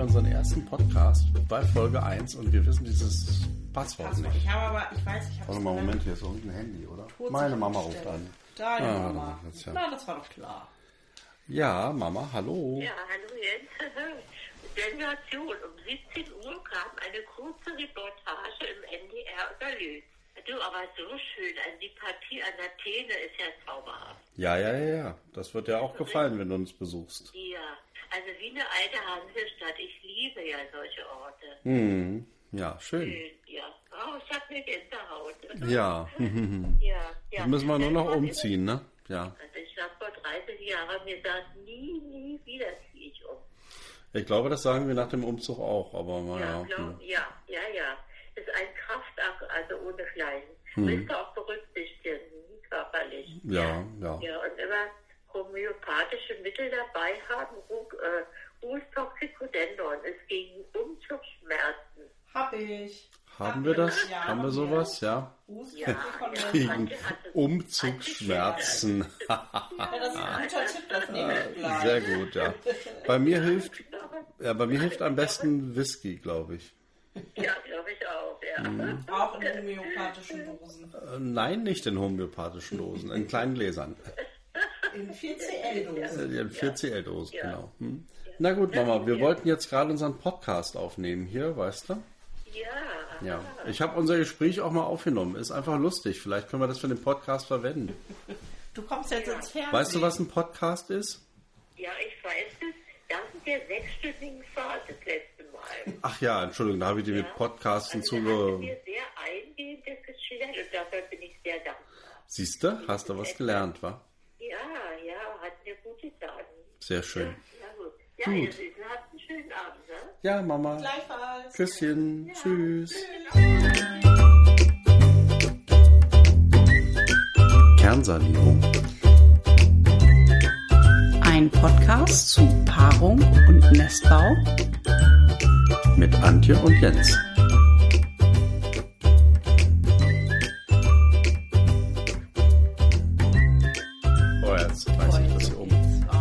unseren ersten Podcast bei Folge 1 und wir wissen dieses Passwort nicht. Ich habe aber, ich weiß, ich habe es. Warte mal, Moment, hier ist so ein Handy, oder? Meine Mama ruft an. Deine Mama. Ja. Na, das war doch klar. Ja, Mama, hallo. Ja, hallo Jens. Sensation. Um 17 Uhr kam eine kurze Reportage im NDR über Lös. Du, aber so schön. Also die Partie an Athene ist ja zauberhaft. Ja. Das wird dir auch gefallen, wenn du uns besuchst. Ja, also wie eine alte Hansestadt. Ich liebe ja solche Orte. Ja, schön. Ja. Oh, ich habe eine Gänsehaut. Ja. Ja. Jetzt müssen wir nur noch umziehen, ne? Ja. Also ich habe vor 30 Jahren mir gesagt, nie wieder ziehe ich um. Ich glaube, das sagen wir nach dem Umzug auch, aber Ja. Das ist ein Kraftakt, also ohne Gleichen. Müsst ihr auch berücksichtigen, körperlich. Ja. Ja, und immer homöopathische Mittel dabei haben, Rustoxicodendron, ist gegen Umzugsschmerzen. Hab ich. Haben wir das? Ja, haben wir sowas? Ja. Gegen Umzugsschmerzen. Ja, das ist ein guter Tipp, das nehme ich gleich. Sehr gut, ja. Bei mir hilft am besten Whisky, glaube ich. Ja, glaube ich auch, ja. Auch in homöopathischen Dosen. Nein, nicht in homöopathischen Dosen, in kleinen Gläsern. In 4CL-Dosen. In 4CL-Dosen, genau. Na gut, Mama, wir wollten jetzt gerade unseren Podcast aufnehmen hier, weißt du? Ja. Ich habe unser Gespräch auch mal aufgenommen. Ist einfach lustig. Vielleicht können wir das für den Podcast verwenden. Du kommst jetzt ins Fernsehen. Weißt du, was ein Podcast ist? Ja, ich weiß es. Das ist der 6-stündigen Fahrt das letzte Mal. Ach ja, Entschuldigung, da habe ich dir mit Podcasten Also da hast du mir sehr eingehendes geschildert und dafür bin ich sehr dankbar. Siehst du? Hast du was gelernt, wa? Ja, hat mir gut getan. Sehr schön. Ja, gut. Ja, ihr Süßen, habt einen schönen Abend, ne? Ja, Mama. Gleichfalls. Küsschen. Tschüss. Kernsanierung. Ein Podcast zu Paarung und Nestbau Mit Antje und Jens. Oh, jetzt reiß ich das hier um.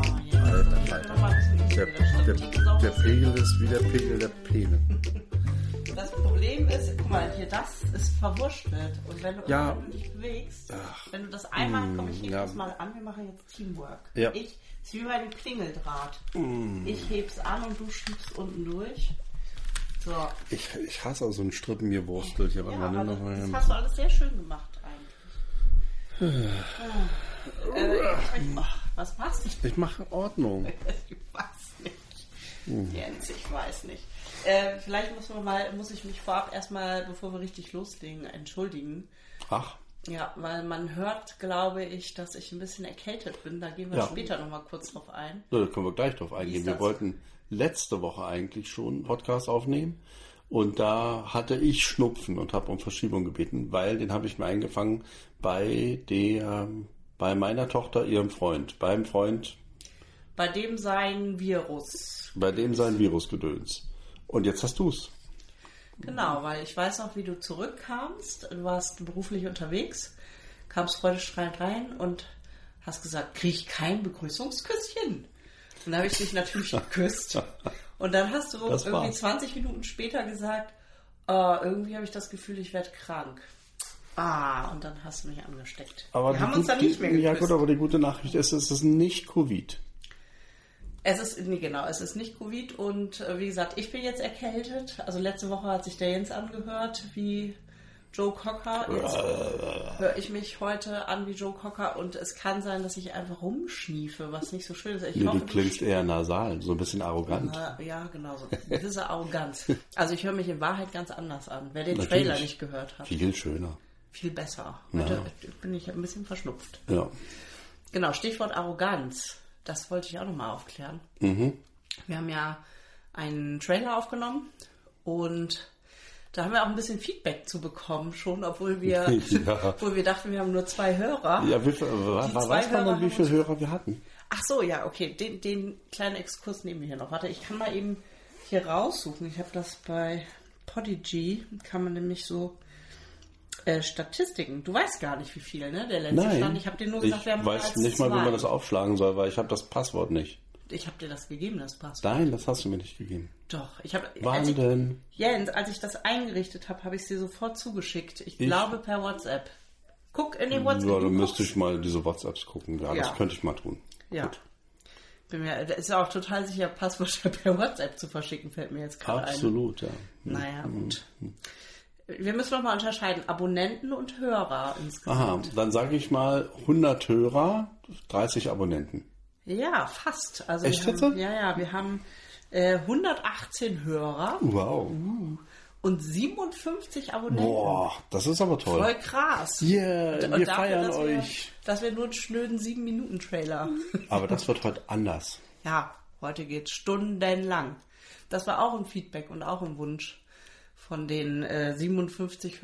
Der Pegel ist wie der Pegel der Peene. Das Problem ist, guck mal, hier das ist verwurschtelt. Und wenn du dich bewegst, wenn du das einmal, komm, ich hebe das mal an, wir machen jetzt Teamwork. Ja. Ich, ist wie bei einem Klingeldraht. Ich heb's an und du schiebst unten durch. So. Ich hasse auch so einen Strippen hier wurstelt hier. Ja, aber das hast du alles sehr schön gemacht eigentlich. Was machst du? Ich mache Ordnung. Ich weiß nicht. Jens, ich weiß nicht. Vielleicht muss ich mich vorab erstmal, bevor wir richtig loslegen, entschuldigen. Ach. Ja, weil man hört, glaube ich, dass ich ein bisschen erkältet bin. Da gehen wir später nochmal kurz drauf ein. Ja, da können wir gleich drauf eingehen. Wir wollten letzte Woche eigentlich schon einen Podcast aufnehmen. Und da hatte ich Schnupfen und habe um Verschiebung gebeten, weil den habe ich mir eingefangen bei meiner Tochter, ihrem Freund. Bei dem sein Virus. Bei dem sein Virusgedöns. Und jetzt hast du's. Genau, weil ich weiß noch, wie du zurückkamst. Du warst beruflich unterwegs, kamst freudestrahlend rein und hast gesagt, kriege ich kein Begrüßungsküsschen? Und dann habe ich dich natürlich geküsst. Und dann hast du irgendwie 20 Minuten später gesagt, irgendwie habe ich das Gefühl, ich werde krank. Und dann hast du mich angesteckt. Aber wir haben uns dann nicht mehr geküsst. Ja gut, aber die gute Nachricht ist, es ist nicht Covid. Es ist nicht Covid und wie gesagt, ich bin jetzt erkältet. Also letzte Woche hat sich der Jens angehört wie Joe Cocker. Jetzt höre ich mich heute an wie Joe Cocker und es kann sein, dass ich einfach rumschniefe, was nicht so schön ist. Du klingst eher nasal, so ein bisschen arrogant. Ja, genau so. Eine gewisse Arroganz. Also ich höre mich in Wahrheit ganz anders an. Wer den Trailer nicht gehört hat. Viel schöner. Viel besser. Heute bin ich ein bisschen verschnupft. Ja. Genau, Stichwort Arroganz. Das wollte ich auch nochmal aufklären. Wir haben ja einen Trailer aufgenommen und da haben wir auch ein bisschen Feedback zu bekommen schon, obwohl wir, obwohl wir dachten, wir haben nur 2 Hörer. Ja, weiß man denn, wie viele Hörer wir hatten? Ach so, ja, okay. Den kleinen Exkurs nehmen wir hier noch. Warte, ich kann mal eben hier raussuchen. Ich habe das bei Podigy, kann man nämlich so Statistiken. Du weißt gar nicht, wie viel, ne? Der letzte Stand. Ich habe dir nur gesagt, wir haben weiß nicht mal, wie man das aufschlagen soll, weil ich habe das Passwort nicht. Ich habe dir das gegeben, das Passwort. Nein, das hast du mir nicht gegeben. Doch, ich habe. Wann denn? Jens, als ich das eingerichtet habe, habe ich es dir sofort zugeschickt. Ich glaube per WhatsApp. Guck in den WhatsApp. Ja, dann müsste ich mal diese WhatsApps gucken. Ja, das könnte ich mal tun. Ja. Gut. Bin mir ist ja auch total sicher, Passwörter per WhatsApp zu verschicken, fällt mir jetzt gerade ein. Absolut, ja. Naja, gut. Wir müssen noch mal unterscheiden, Abonnenten und Hörer insgesamt. Aha, dann sage ich mal 100 Hörer, 30 Abonnenten. Ja, fast. Also echt jetzt? Wir haben 118 Hörer. Wow. Und 57 Abonnenten. Boah, das ist aber toll. Voll krass. Yeah, und wir dafür, feiern euch. Dass wir nur einen schnöden 7-Minuten-Trailer. Aber das wird heute anders. Ja, heute geht's stundenlang. Das war auch ein Feedback und auch ein Wunsch von den 118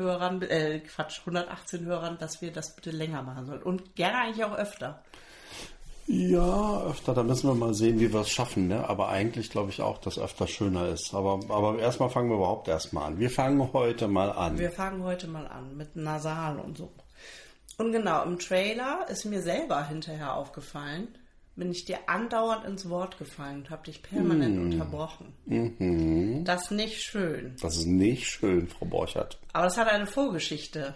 Hörern, dass wir das bitte länger machen sollen. Und gerne eigentlich auch öfter. Ja, öfter, da müssen wir mal sehen, wie wir es schaffen, ne? Aber eigentlich glaube ich auch, dass öfter schöner ist. Aber erstmal fangen wir überhaupt erstmal an. Wir fangen heute mal an. Mit Nasal und so. Und genau, im Trailer ist mir selber hinterher aufgefallen, bin ich dir andauernd ins Wort gefallen und habe dich permanent unterbrochen. Mhm. Das ist nicht schön. Das ist nicht schön, Frau Borchert. Aber das hat eine Vorgeschichte.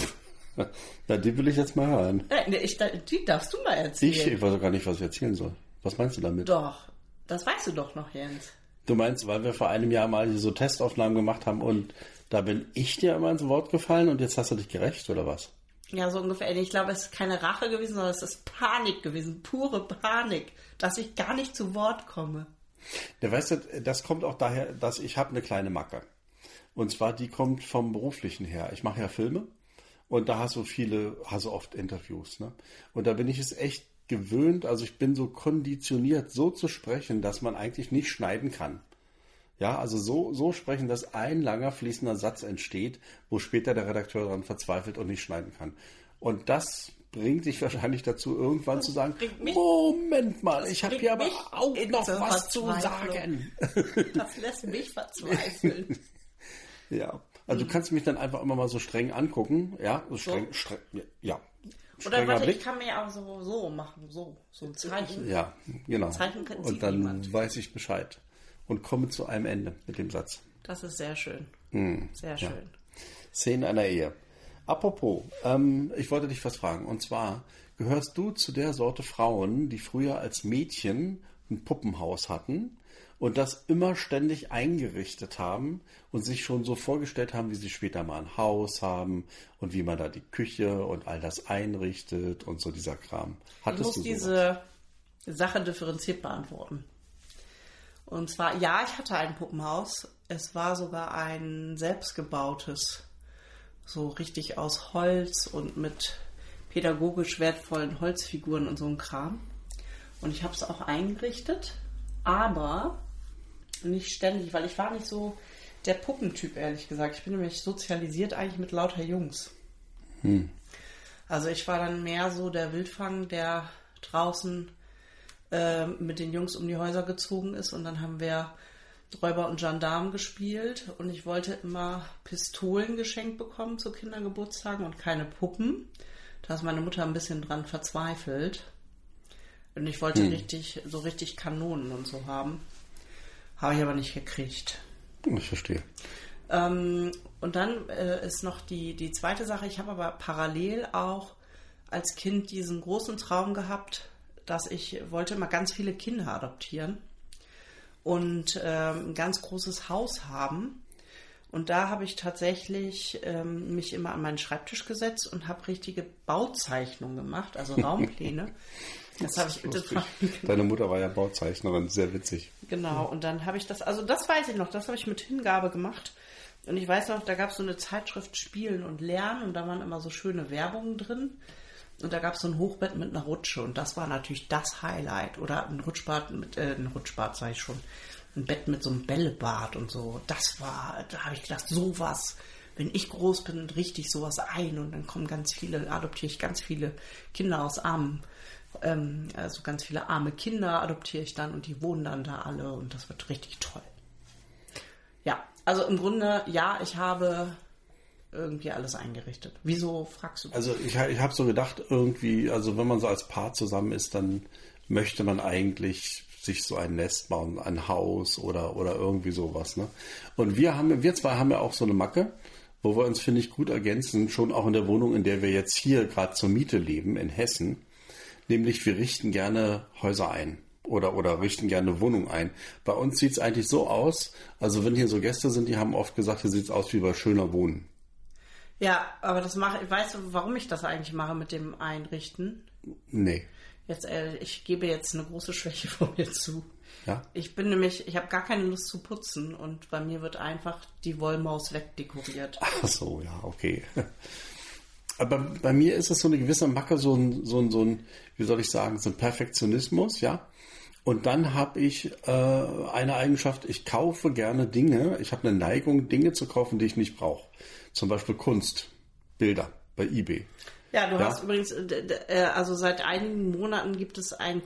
Ja, die will ich jetzt mal hören. Die darfst du mal erzählen. Ich weiß gar nicht, was ich erzählen soll. Was meinst du damit? Doch, das weißt du doch noch, Jens. Du meinst, weil wir vor einem Jahr mal so Testaufnahmen gemacht haben und da bin ich dir immer ins Wort gefallen und jetzt hast du dich gerecht, oder was? Ja, so ungefähr. Ich glaube, es ist keine Rache gewesen, sondern es ist Panik gewesen. Pure Panik, dass ich gar nicht zu Wort komme. Ja, weißt du, das kommt auch daher, dass ich habe eine kleine Macke. Und zwar, die kommt vom Beruflichen her. Ich mache ja Filme. Und da hast du oft Interviews, ne? Und da bin ich es echt gewöhnt, also ich bin so konditioniert, so zu sprechen, dass man eigentlich nicht schneiden kann. Ja, also so sprechen, dass ein langer fließender Satz entsteht, wo später der Redakteur daran verzweifelt und nicht schneiden kann. Und das bringt dich wahrscheinlich dazu, irgendwann zu sagen, Moment mal, ich habe hier aber auch noch was zu sagen. Das lässt mich verzweifeln. Ja. Also du kannst mich dann einfach immer mal so streng angucken, ja, streng, ja. Oder warte, ich kann mir ja auch so machen, so ein Zeichen. Ja, genau. Zeichen und dann weiß ich Bescheid und komme zu einem Ende mit dem Satz. Das ist sehr schön. Sehr schön. Ja. Szenen einer Ehe. Apropos, ich wollte dich was fragen. Und zwar, gehörst du zu der Sorte Frauen, die früher als Mädchen ein Puppenhaus hatten und das immer ständig eingerichtet haben und sich schon so vorgestellt haben, wie sie später mal ein Haus haben und wie man da die Küche und all das einrichtet und so dieser Kram? Ich muss diese Sache differenziert beantworten. Und zwar, ja, ich hatte ein Puppenhaus. Es war sogar ein selbstgebautes, so richtig aus Holz und mit pädagogisch wertvollen Holzfiguren und so ein Kram. Und ich habe es auch eingerichtet, aber nicht ständig, weil ich war nicht so der Puppentyp, ehrlich gesagt. Ich bin nämlich sozialisiert eigentlich mit lauter Jungs. Also ich war dann mehr so der Wildfang, der draußen mit den Jungs um die Häuser gezogen ist und dann haben wir Räuber und Gendarmen gespielt und ich wollte immer Pistolen geschenkt bekommen zu Kindergeburtstagen und keine Puppen. Da ist meine Mutter ein bisschen dran verzweifelt. Und ich wollte richtig Kanonen und so haben. Habe ich aber nicht gekriegt. Ich verstehe. Und dann ist noch die zweite Sache. Ich habe aber parallel auch als Kind diesen großen Traum gehabt, dass ich wollte immer ganz viele Kinder adoptieren und ein ganz großes Haus haben. Und da habe ich tatsächlich mich immer an meinen Schreibtisch gesetzt und habe richtige Bauzeichnungen gemacht, also Raumpläne. Das habe ich. Deine Mutter war ja Bauzeichnerin, sehr witzig. Genau, und dann habe ich das weiß ich noch, das habe ich mit Hingabe gemacht. Und ich weiß noch, da gab es so eine Zeitschrift Spielen und Lernen und da waren immer so schöne Werbungen drin. Und da gab es so ein Hochbett mit einer Rutsche und das war natürlich das Highlight. Oder ein Rutschbad sage ich schon, ein Bett mit so einem Bällebad und so. Da habe ich gedacht, sowas, wenn ich groß bin, richte ich sowas ein und dann adoptiere ich ganz viele Kinder aus armen, also ganz viele arme Kinder adoptiere ich dann und die wohnen dann da alle und das wird richtig toll. Ja, also im Grunde, ja, ich habe irgendwie alles eingerichtet. Wieso fragst du das? Also ich habe so gedacht, irgendwie, also wenn man so als Paar zusammen ist, dann möchte man eigentlich sich so ein Nest bauen, ein Haus oder irgendwie sowas. Ne? Und wir zwei haben ja auch so eine Macke, wo wir uns, finde ich, gut ergänzen, schon auch in der Wohnung, in der wir jetzt hier gerade zur Miete leben, in Hessen. Nämlich, wir richten gerne Häuser ein oder richten gerne eine Wohnung ein. Bei uns sieht es eigentlich so aus, also wenn hier so Gäste sind, die haben oft gesagt, hier sieht es aus wie bei Schöner Wohnen. Ja, aber weißt du, warum ich das eigentlich mache mit dem Einrichten? Nee. Ich gebe jetzt eine große Schwäche von mir zu. Ja? Ich habe gar keine Lust zu putzen und bei mir wird einfach die Wollmaus wegdekoriert. Ach so, ja, okay. Aber bei mir ist es so eine gewisse Macke, so ein, wie soll ich sagen, so ein Perfektionismus, ja. Und dann habe ich eine Eigenschaft, ich kaufe gerne Dinge, ich habe eine Neigung, Dinge zu kaufen, die ich nicht brauche. Zum Beispiel Kunst, Bilder bei eBay. Ja, du hast übrigens, also seit einigen Monaten gibt es ein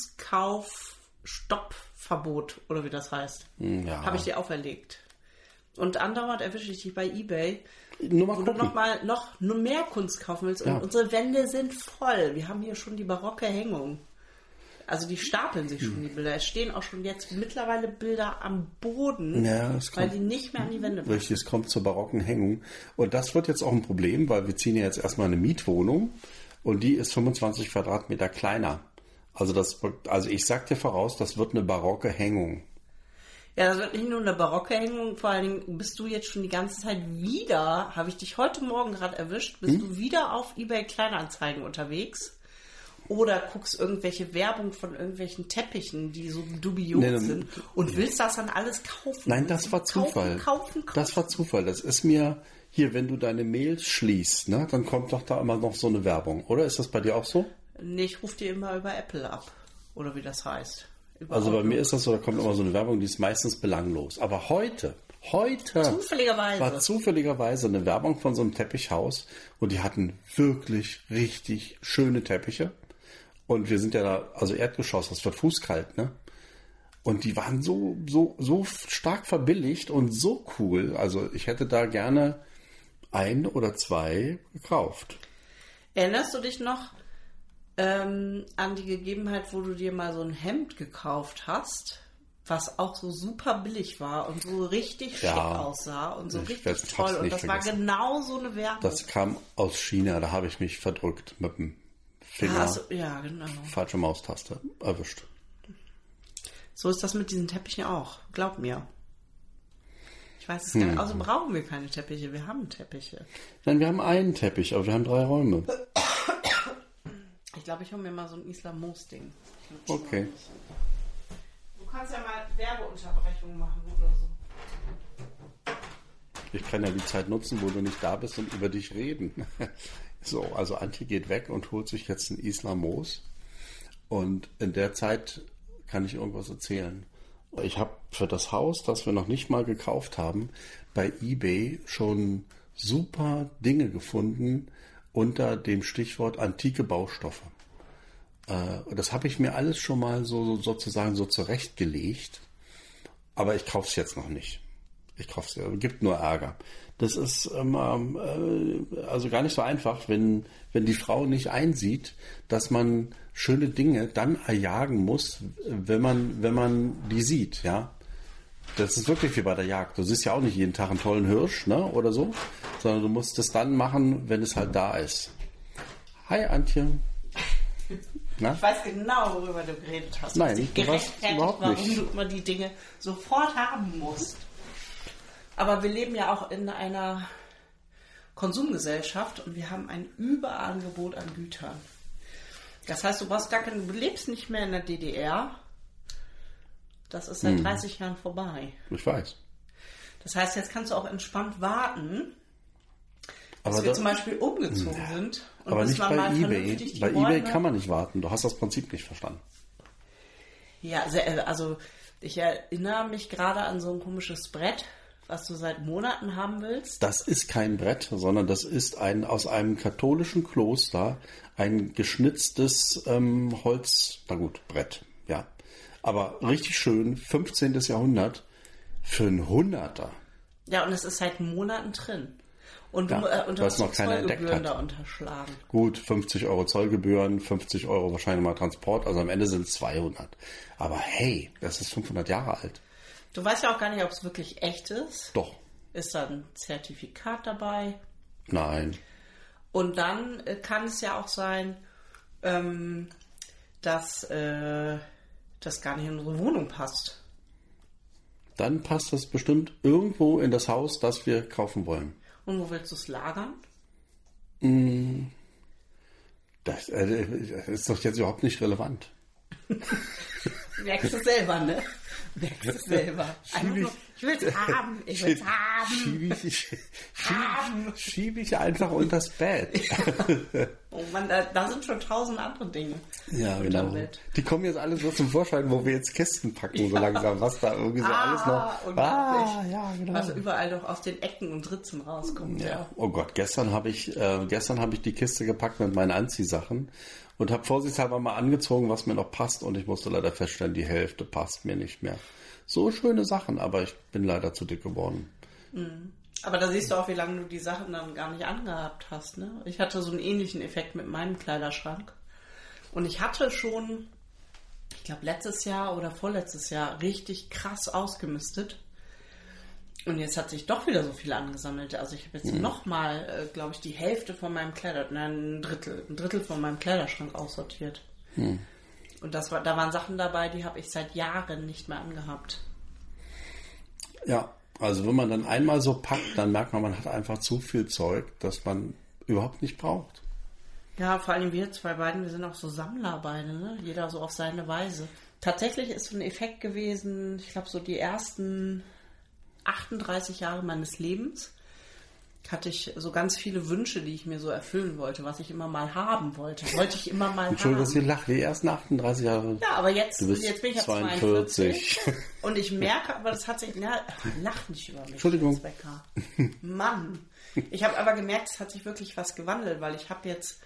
Kunstkauf-Stoppverbot, oder wie das heißt. Ja. Habe ich dir auferlegt. Und andauernd erwische ich dich bei eBay, nur mal wo gucken. du noch mehr Kunst kaufen willst. Ja. Und unsere Wände sind voll. Wir haben hier schon die barocke Hängung. Also die stapeln sich schon, die Bilder. Es stehen auch schon jetzt mittlerweile Bilder am Boden, weil die nicht mehr an die Wände passen. Richtig, es kommt zur barocken Hängung. Und das wird jetzt auch ein Problem, weil wir ziehen ja jetzt erstmal eine Mietwohnung und die ist 25 Quadratmeter kleiner. Also ich sag dir voraus, das wird eine barocke Hängung. Ja, das wird nicht nur eine barocke Hängung, vor allen Dingen bist du jetzt schon die ganze Zeit wieder, habe ich dich heute Morgen gerade erwischt, bist du wieder auf eBay Kleinanzeigen unterwegs oder guckst irgendwelche Werbung von irgendwelchen Teppichen, die so dubios sind und willst das dann alles kaufen. Nein, das war Zufall. Kaufen. Das war Zufall. Das ist mir hier, wenn du deine Mails schließt, ne, dann kommt doch da immer noch so eine Werbung. Oder ist das bei dir auch so? Nee, ich rufe dir immer über Apple ab. Oder wie das heißt. Also bei mir ist das so, da kommt immer so eine Werbung, die ist meistens belanglos. Aber heute war zufälligerweise eine Werbung von so einem Teppichhaus und die hatten wirklich richtig schöne Teppiche. Und wir sind ja da, also Erdgeschoss, das wird fußkalt, ne? Und die waren so stark verbilligt und so cool. Also ich hätte da gerne 1 oder 2 gekauft. Erinnerst du dich noch an die Gegebenheit, wo du dir mal so ein Hemd gekauft hast, was auch so super billig war und so richtig schick aussah und so richtig toll. Und das war genau so eine Werbung. Das kam aus China, da habe ich mich verdrückt mit dem Finger. Ja, genau. Falsche Maustaste erwischt. So ist das mit diesen Teppichen auch. Glaub mir. Ich weiß es gar nicht. Also brauchen wir keine Teppiche. Wir haben Teppiche. Nein, wir haben einen Teppich, aber wir haben 3 Räume. Ich glaube, ich hole mir mal so ein Isla-Moos-Ding. Okay. Du kannst ja mal Werbeunterbrechungen machen oder so. Ich kann ja die Zeit nutzen, wo du nicht da bist und über dich reden. So, also Antje geht weg und holt sich jetzt ein Isla-Moos. Und in der Zeit kann ich irgendwas erzählen. Ich habe für das Haus, das wir noch nicht mal gekauft haben, bei eBay schon super Dinge gefunden unter dem Stichwort antike Baustoffe. Das habe ich mir alles schon mal sozusagen so zurechtgelegt. Aber ich kaufe es jetzt noch nicht. Gibt nur Ärger. Das ist also gar nicht so einfach, wenn die Frau nicht einsieht, dass man schöne Dinge dann erjagen muss, wenn man die sieht, ja. Das ist wirklich wie bei der Jagd. Du siehst ja auch nicht jeden Tag einen tollen Hirsch, ne, oder so, sondern du musst es dann machen, wenn es halt da ist. Hi, Antje. Na? Ich weiß genau, worüber du geredet hast. Nein, ich gerechtfertigt, warum du immer die Dinge sofort haben musst. Aber wir leben ja auch in einer Konsumgesellschaft und wir haben ein Überangebot an Gütern. Das heißt, du lebst nicht mehr in der DDR. Das ist seit 30 Jahren vorbei. Ich weiß. Das heißt, jetzt kannst du auch entspannt warten, bis wir zum Beispiel umgezogen sind. Und aber nicht bei eBay. Bei eBay kann man nicht warten. Du hast das Prinzip nicht verstanden. Ja, also ich erinnere mich gerade an so ein komisches Brett, was du seit Monaten haben willst. Das ist kein Brett, sondern das ist aus einem katholischen Kloster ein geschnitztes Brett. Ja. Aber richtig schön, 15. Jahrhundert, für einen Hunderter. Ja, und es ist seit Monaten drin. Und du hast noch keine Zollgebühren da unterschlagen. Gut, 50 Euro Zollgebühren, 50 Euro wahrscheinlich mal Transport, also am Ende sind es 200. Aber hey, das ist 500 Jahre alt. Du weißt ja auch gar nicht, ob es wirklich echt ist. Doch. Ist da ein Zertifikat dabei? Nein. Und dann kann es ja auch sein, dass das gar nicht in unsere Wohnung passt. Dann passt das bestimmt irgendwo in das Haus, das wir kaufen wollen. Und wo willst du es lagern? Das ist doch jetzt überhaupt nicht relevant. Merkst du selber, ne? Merkst du selber. Ich will es haben. Ich will es haben. Schiebe ich einfach unters Bett. Oh Mann, da sind schon 1000 andere Dinge. Ja, genau. Die kommen jetzt alle so zum Vorschein, wo wir jetzt Kisten packen, so langsam, was da irgendwie so alles noch... ja, genau. Was überall doch aus den Ecken und Ritzen rauskommt. Ja. Oh Gott, gestern habe ich die Kiste gepackt mit meinen Anziehsachen und habe vorsichtshalber mal angezogen, was mir noch passt, und ich musste leider feststellen, die Hälfte passt mir nicht mehr. So schöne Sachen, aber ich bin leider zu dick geworden. Aber da siehst du auch, wie lange du die Sachen dann gar nicht angehabt hast, ne? Ich hatte so einen ähnlichen Effekt mit meinem Kleiderschrank. Und ich hatte schon, ich glaube letztes Jahr oder vorletztes Jahr, richtig krass ausgemistet. Und jetzt hat sich doch wieder so viel angesammelt. Also ich habe jetzt nochmal, glaube ich, die Hälfte von meinem ein Drittel von meinem Kleiderschrank aussortiert. Und da waren Sachen dabei, die habe ich seit Jahren nicht mehr angehabt. Ja, also wenn man dann einmal so packt, dann merkt man hat einfach zu viel Zeug, das man überhaupt nicht braucht. Ja, vor allem wir sind auch so Sammler beide, ne? Jeder so auf seine Weise. Tatsächlich ist so ein Effekt gewesen, ich glaube so die ersten 38 Jahre meines Lebens hatte ich so ganz viele Wünsche, die ich mir so erfüllen wollte, was ich immer mal haben wollte. Wollte ich immer mal Entschuldigung, dass ihr lacht, die ersten 38 Jahre. Ja, aber jetzt bin ich ja 42. Und ich merke, aber das hat sich... lach nicht über mich. Entschuldigung. Mann. Ich habe aber gemerkt, es hat sich wirklich was gewandelt, weil ich habe jetzt...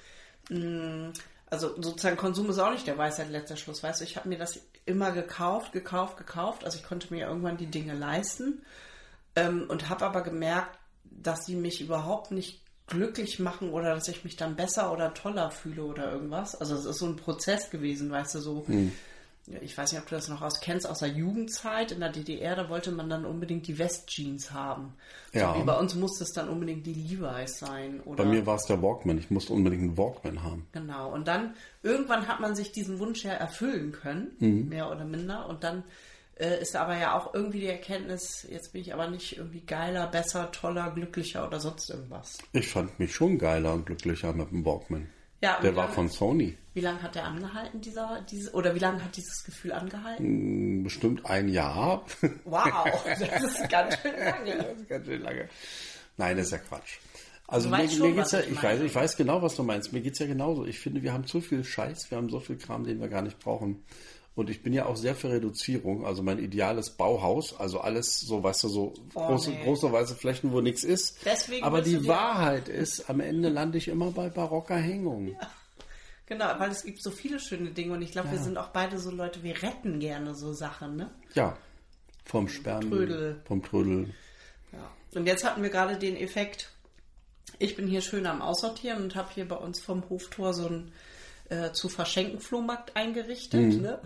Also sozusagen Konsum ist auch nicht der Weisheit letzter Schluss, weißt du? Ich habe mir das immer gekauft. Also ich konnte mir irgendwann die Dinge leisten und habe aber gemerkt, dass sie mich überhaupt nicht glücklich machen oder dass ich mich dann besser oder toller fühle oder irgendwas. Also es ist so ein Prozess gewesen, weißt du, so... Ich weiß nicht, ob du das noch kennst, aus der Jugendzeit in der DDR, da wollte man dann unbedingt die Westjeans haben. Ja. So wie bei uns musste es dann unbedingt die Levi's sein. Oder bei mir war es der Walkman, ich musste unbedingt einen Walkman haben. Genau, und dann irgendwann hat man sich diesen Wunsch ja erfüllen können, mehr oder minder. Und dann ist aber ja auch irgendwie die Erkenntnis, jetzt bin ich aber nicht irgendwie geiler, besser, toller, glücklicher oder sonst irgendwas. Ich fand mich schon geiler und glücklicher mit dem Walkman. Ja, der war von Sony. Wie lange hat der angehalten, oder wie lange hat dieses Gefühl angehalten? Bestimmt ein Jahr. Wow, das ist ganz schön lange. Nein, das ist ja Quatsch. Also mir geht's ja, ich weiß genau, was du meinst. Mir geht's ja genauso. Ich finde, wir haben zu viel Scheiß, wir haben so viel Kram, den wir gar nicht brauchen. Und ich bin ja auch sehr für Reduzierung. Also mein ideales Bauhaus, also alles so, weißt du, so große weiße Flächen, wo nichts ist. Deswegen aber die Wahrheit ist, am Ende lande ich immer bei barocker Hängung. Ja. Genau, weil es gibt so viele schöne Dinge und ich glaube, wir sind auch beide so Leute, wir retten gerne so Sachen, ne? Ja, vom Trödel. Ja. Und jetzt hatten wir gerade den Effekt, ich bin hier schön am Aussortieren und habe hier bei uns vom Hoftor so ein zu verschenken Flohmarkt eingerichtet. Ne?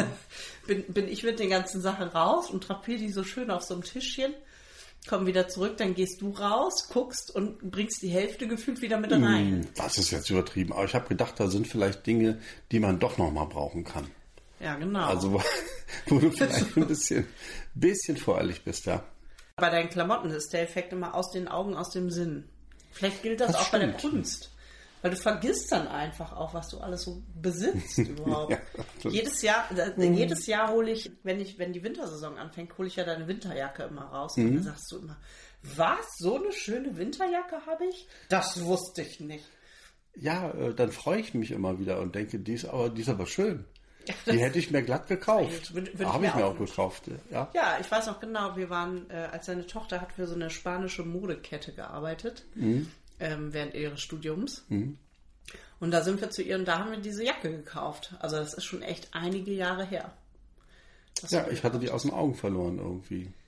Bin ich mit den ganzen Sachen raus und drapiere die so schön auf so einem Tischchen, komm wieder zurück, dann gehst du raus, guckst und bringst die Hälfte gefühlt wieder mit rein. Das ist jetzt übertrieben, aber ich habe gedacht, da sind vielleicht Dinge, die man doch nochmal brauchen kann. Ja, genau. Also wo du vielleicht ein bisschen voreilig bist, ja. Bei deinen Klamotten ist der Effekt immer aus den Augen, aus dem Sinn. Vielleicht gilt das auch bei der Kunst. Weil du vergisst dann einfach auch, was du alles so besitzt überhaupt. Ja, jedes Jahr hole ich, wenn die Wintersaison anfängt, hole ich ja deine Winterjacke immer raus. Und dann sagst du immer, was? So eine schöne Winterjacke habe ich? Das wusste ich nicht. Ja, dann freue ich mich immer wieder und denke, die ist aber schön. Die hätte ich mir glatt gekauft. Habe ich mir auch gekauft. Ja. Ja, ich weiß noch genau, wir waren, als seine Tochter hat für so eine spanische Modekette gearbeitet. Während ihres Studiums. Und da sind wir zu ihr und da haben wir diese Jacke gekauft. Also das ist schon echt einige Jahre her. Ja, ich hatte die aus den Augen verloren irgendwie.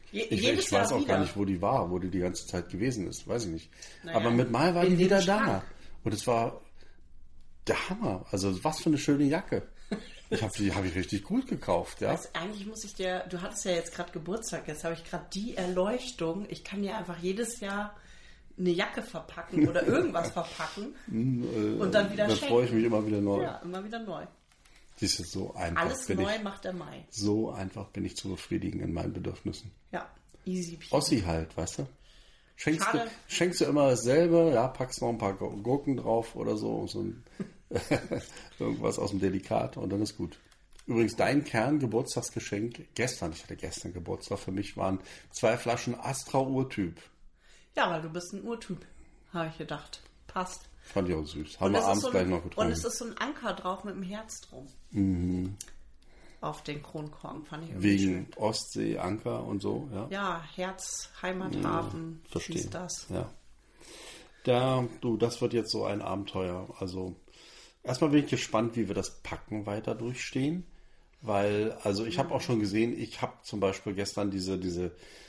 Ich weiß auch gar nicht, wo die war, wo die ganze Zeit gewesen ist. Weiß ich nicht. Naja, aber mit Mal war die wieder da. Schrank. Und es war der Hammer. Also was für eine schöne Jacke. Die habe ich richtig gut gekauft. Ja? Weißt, eigentlich muss ich dir, du hattest ja jetzt gerade Geburtstag, jetzt habe ich gerade die Erleuchtung. Ich kann dir einfach jedes Jahr eine Jacke verpacken oder irgendwas verpacken und dann wieder schenken. Da freue ich mich immer wieder neu. Ja, immer wieder neu. Siehst du, so einfach. Alles neu macht der Mai. So einfach bin ich zu befriedigen in meinen Bedürfnissen. Ja, easy peasy. Ossi halt, weißt du? Schenkst du immer dasselbe, ja, packst noch ein paar Gurken drauf oder so irgendwas aus dem Delikat und dann ist gut. Übrigens, dein Kerngeburtstagsgeschenk gestern, ich hatte gestern Geburtstag, für mich waren 2 Flaschen Astra Urtyp. Ja, weil du bist ein Urtyp, habe ich gedacht. Passt. Fand ich auch süß. Haben wir abends gleich noch getrunken. Und es ist so ein Anker drauf mit dem Herz drum. Auf den Kronkorken, fand ich irgendwie wegen schön. Ostsee, Anker und so, ja? Ja, Herz, Heimathafen, verstehe. das. Ja. Das wird jetzt so ein Abenteuer. Also, erstmal bin ich gespannt, wie wir das Packen weiter durchstehen. Weil, also ich habe auch schon gesehen, ich habe zum Beispiel gestern diese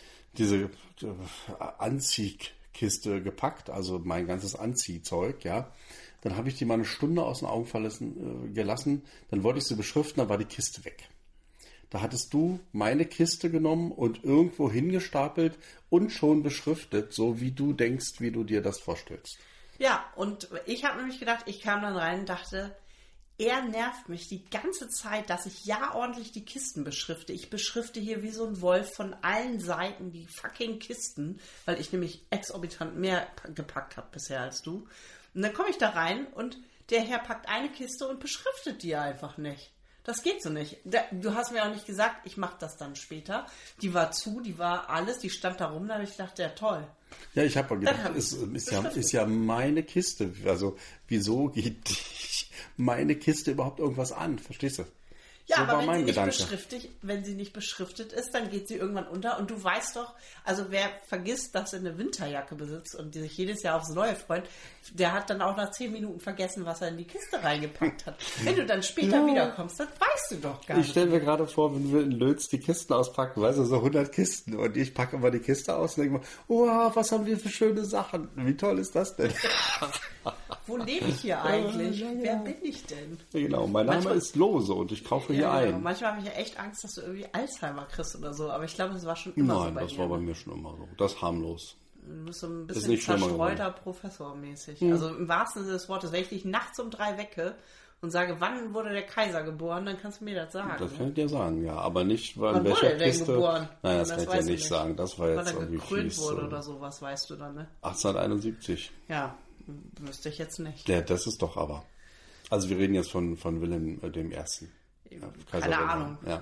Anziehkiste gepackt, also mein ganzes Anziehzeug, ja. Dann habe ich die mal eine Stunde aus den Augen gelassen. Dann wollte ich sie beschriften, dann war die Kiste weg. Da hattest du meine Kiste genommen und irgendwo hingestapelt und schon beschriftet, so wie du denkst, wie du dir das vorstellst. Ja, und ich habe nämlich gedacht, ich kam dann rein und dachte, er nervt mich die ganze Zeit, dass ich ja ordentlich die Kisten beschrifte. Ich beschrifte hier wie so ein Wolf von allen Seiten die fucking Kisten, weil ich nämlich exorbitant mehr gepackt habe bisher als du. Und dann komme ich da rein und der Herr packt eine Kiste und beschriftet die einfach nicht. Das geht so nicht. Du hast mir auch nicht gesagt, ich mache das dann später. Die war zu, die war alles, die stand da rum, da habe ich gedacht, ja toll. Ja, ich habe gedacht, ist ja meine Kiste. Also wieso geht meine Kiste überhaupt irgendwas an? Verstehst du? Ja, so aber war wenn sie nicht beschriftet ist, dann geht sie irgendwann unter. Und du weißt doch, also wer vergisst, dass er eine Winterjacke besitzt und die sich jedes Jahr aufs Neue freut, der hat dann auch nach 10 Minuten vergessen, was er in die Kiste reingepackt hat. Wenn du dann später wiederkommst, dann weißt du doch gar nicht. Ich stelle mir gerade vor, wenn wir in Lötz die Kisten auspacken, weißt du, so 100 Kisten. Und ich packe immer die Kiste aus und denke mir, wow, was haben wir für schöne Sachen. Wie toll ist das denn? Wo lebe ich hier eigentlich? Wer bin ich denn? Ja, genau, mein Name ist Lose und ich kaufe hier ein. Manchmal habe ich ja echt Angst, dass du irgendwie Alzheimer kriegst oder so, aber ich glaube, das war schon immer so bei dir. Nein, das war bei mir schon immer so. Das ist harmlos. Du bist so ein bisschen zerstreuter Professor-mäßig. Also im wahrsten Sinne des Wortes, wenn ich dich nachts um 3 wecke und sage, wann wurde der Kaiser geboren, dann kannst du mir das sagen. Das kann ich dir sagen, ja, aber nicht, weil wann in welcher wurde er denn Kiste. Geboren? Nein, das kann ich dir nicht sagen. Das war jetzt irgendwie gekrönt wurde oder sowas, weißt du dann, ne? 1871. Ja, wüsste ich jetzt nicht. Ja, das ist doch aber. Also wir reden jetzt von Wilhelm dem Ersten. Ja, keine Ahnung. Ja.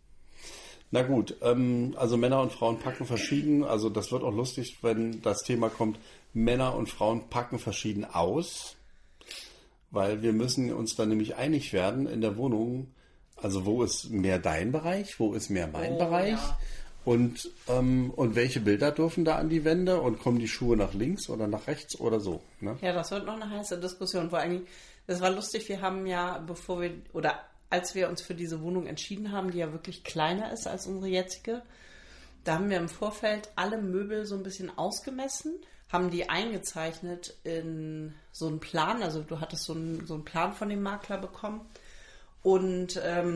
Na gut, also Männer und Frauen packen verschieden. Also das wird auch lustig, wenn das Thema kommt, Männer und Frauen packen verschieden aus. Weil wir müssen uns dann nämlich einig werden in der Wohnung. Also wo ist mehr dein Bereich, wo ist mehr mein Bereich? Ja. Und welche Bilder dürfen da an die Wände? Und kommen die Schuhe nach links oder nach rechts oder so? Ne? Ja, das wird noch eine heiße Diskussion. Vor allem, das war lustig, wir haben ja, als wir uns für diese Wohnung entschieden haben, die ja wirklich kleiner ist als unsere jetzige, da haben wir im Vorfeld alle Möbel so ein bisschen ausgemessen, haben die eingezeichnet in so einen Plan. Also du hattest so einen Plan von dem Makler bekommen. Und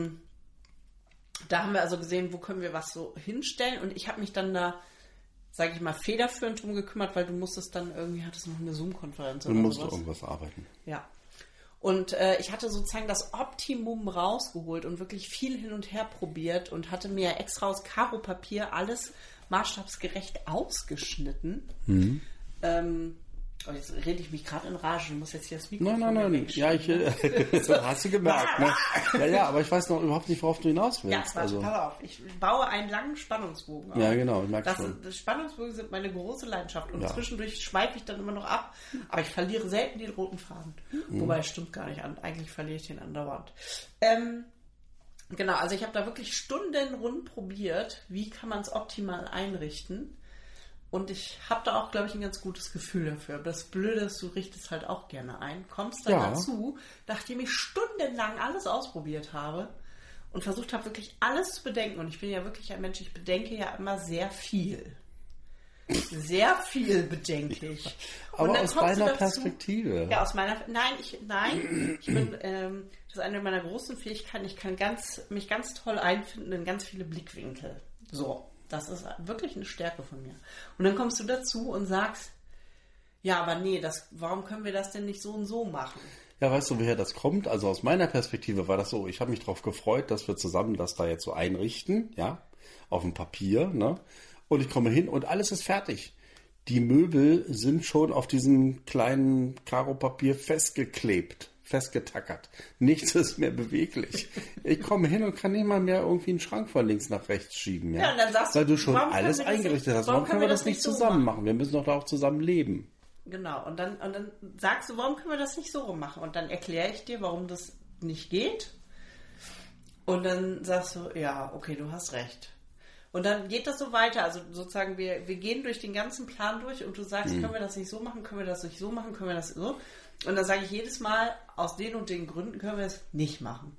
da haben wir also gesehen, wo können wir was so hinstellen. Und ich habe mich dann da, sage ich mal, federführend drum gekümmert, weil du musstest dann irgendwie, hattest noch eine Zoom-Konferenz oder sowas. Du musst irgendwas arbeiten. Ja. Und ich hatte sozusagen das Optimum rausgeholt und wirklich viel hin und her probiert und hatte mir extra aus Karo-Papier alles maßstabsgerecht ausgeschnitten. Oh, jetzt rede ich mich gerade in Rage. Du musst jetzt hier das Mikrofon Nein. Ja, hast du gemerkt, ne? Ja, aber ich weiß noch überhaupt nicht, worauf du hinaus willst. Ja, pass auf. Ich baue einen langen Spannungsbogen auf. Ja, genau, ich merke schon. Das Spannungsbogen sind meine große Leidenschaft. Und zwischendurch schweife ich dann immer noch ab. Aber ich verliere selten den roten Faden. Wobei, stimmt gar nicht. Eigentlich verliere ich den andauernd. Genau, also ich habe da wirklich stundenrund probiert, wie kann man es optimal einrichten. Und ich habe da auch, glaube ich, ein ganz gutes Gefühl dafür. Das Blöde ist, du richtest halt auch gerne ein. Kommst dann dazu, nachdem ich stundenlang alles ausprobiert habe und versucht habe, wirklich alles zu bedenken. Und ich bin ja wirklich ein Mensch, ich bedenke ja immer sehr viel. Sehr viel bedenke ich. Aber aus deiner Perspektive. Ja, aus meiner... Nein, ich bin... das ist eine meiner großen Fähigkeiten. Ich kann mich ganz toll einfinden in ganz viele Blickwinkel. So, das ist wirklich eine Stärke von mir. Und dann kommst du dazu und sagst, ja, aber nee, warum können wir das denn nicht so und so machen? Ja, weißt du, woher das kommt? Also aus meiner Perspektive war das so, ich habe mich darauf gefreut, dass wir zusammen das da jetzt so einrichten, ja, auf dem Papier, ne? Und ich komme hin und alles ist fertig. Die Möbel sind schon auf diesem kleinen Karo-Papier festgetackert. Nichts ist mehr beweglich. Ich komme hin und kann nicht mal mehr irgendwie einen Schrank von links nach rechts schieben. Ja, und dann sagst du, weil du schon alles eingerichtet hast. Warum können wir das nicht zusammen machen? Wir müssen doch da auch zusammen leben. Genau, und dann sagst du, warum können wir das nicht so rummachen? Und dann erkläre ich dir, warum das nicht geht. Und dann sagst du, ja, okay, du hast recht. Und dann geht das so weiter. Also sozusagen, wir gehen durch den ganzen Plan durch und du sagst, können wir das nicht so machen, können wir das nicht so machen, können wir das so? Und dann sage ich jedes Mal, aus den und den Gründen können wir es nicht machen.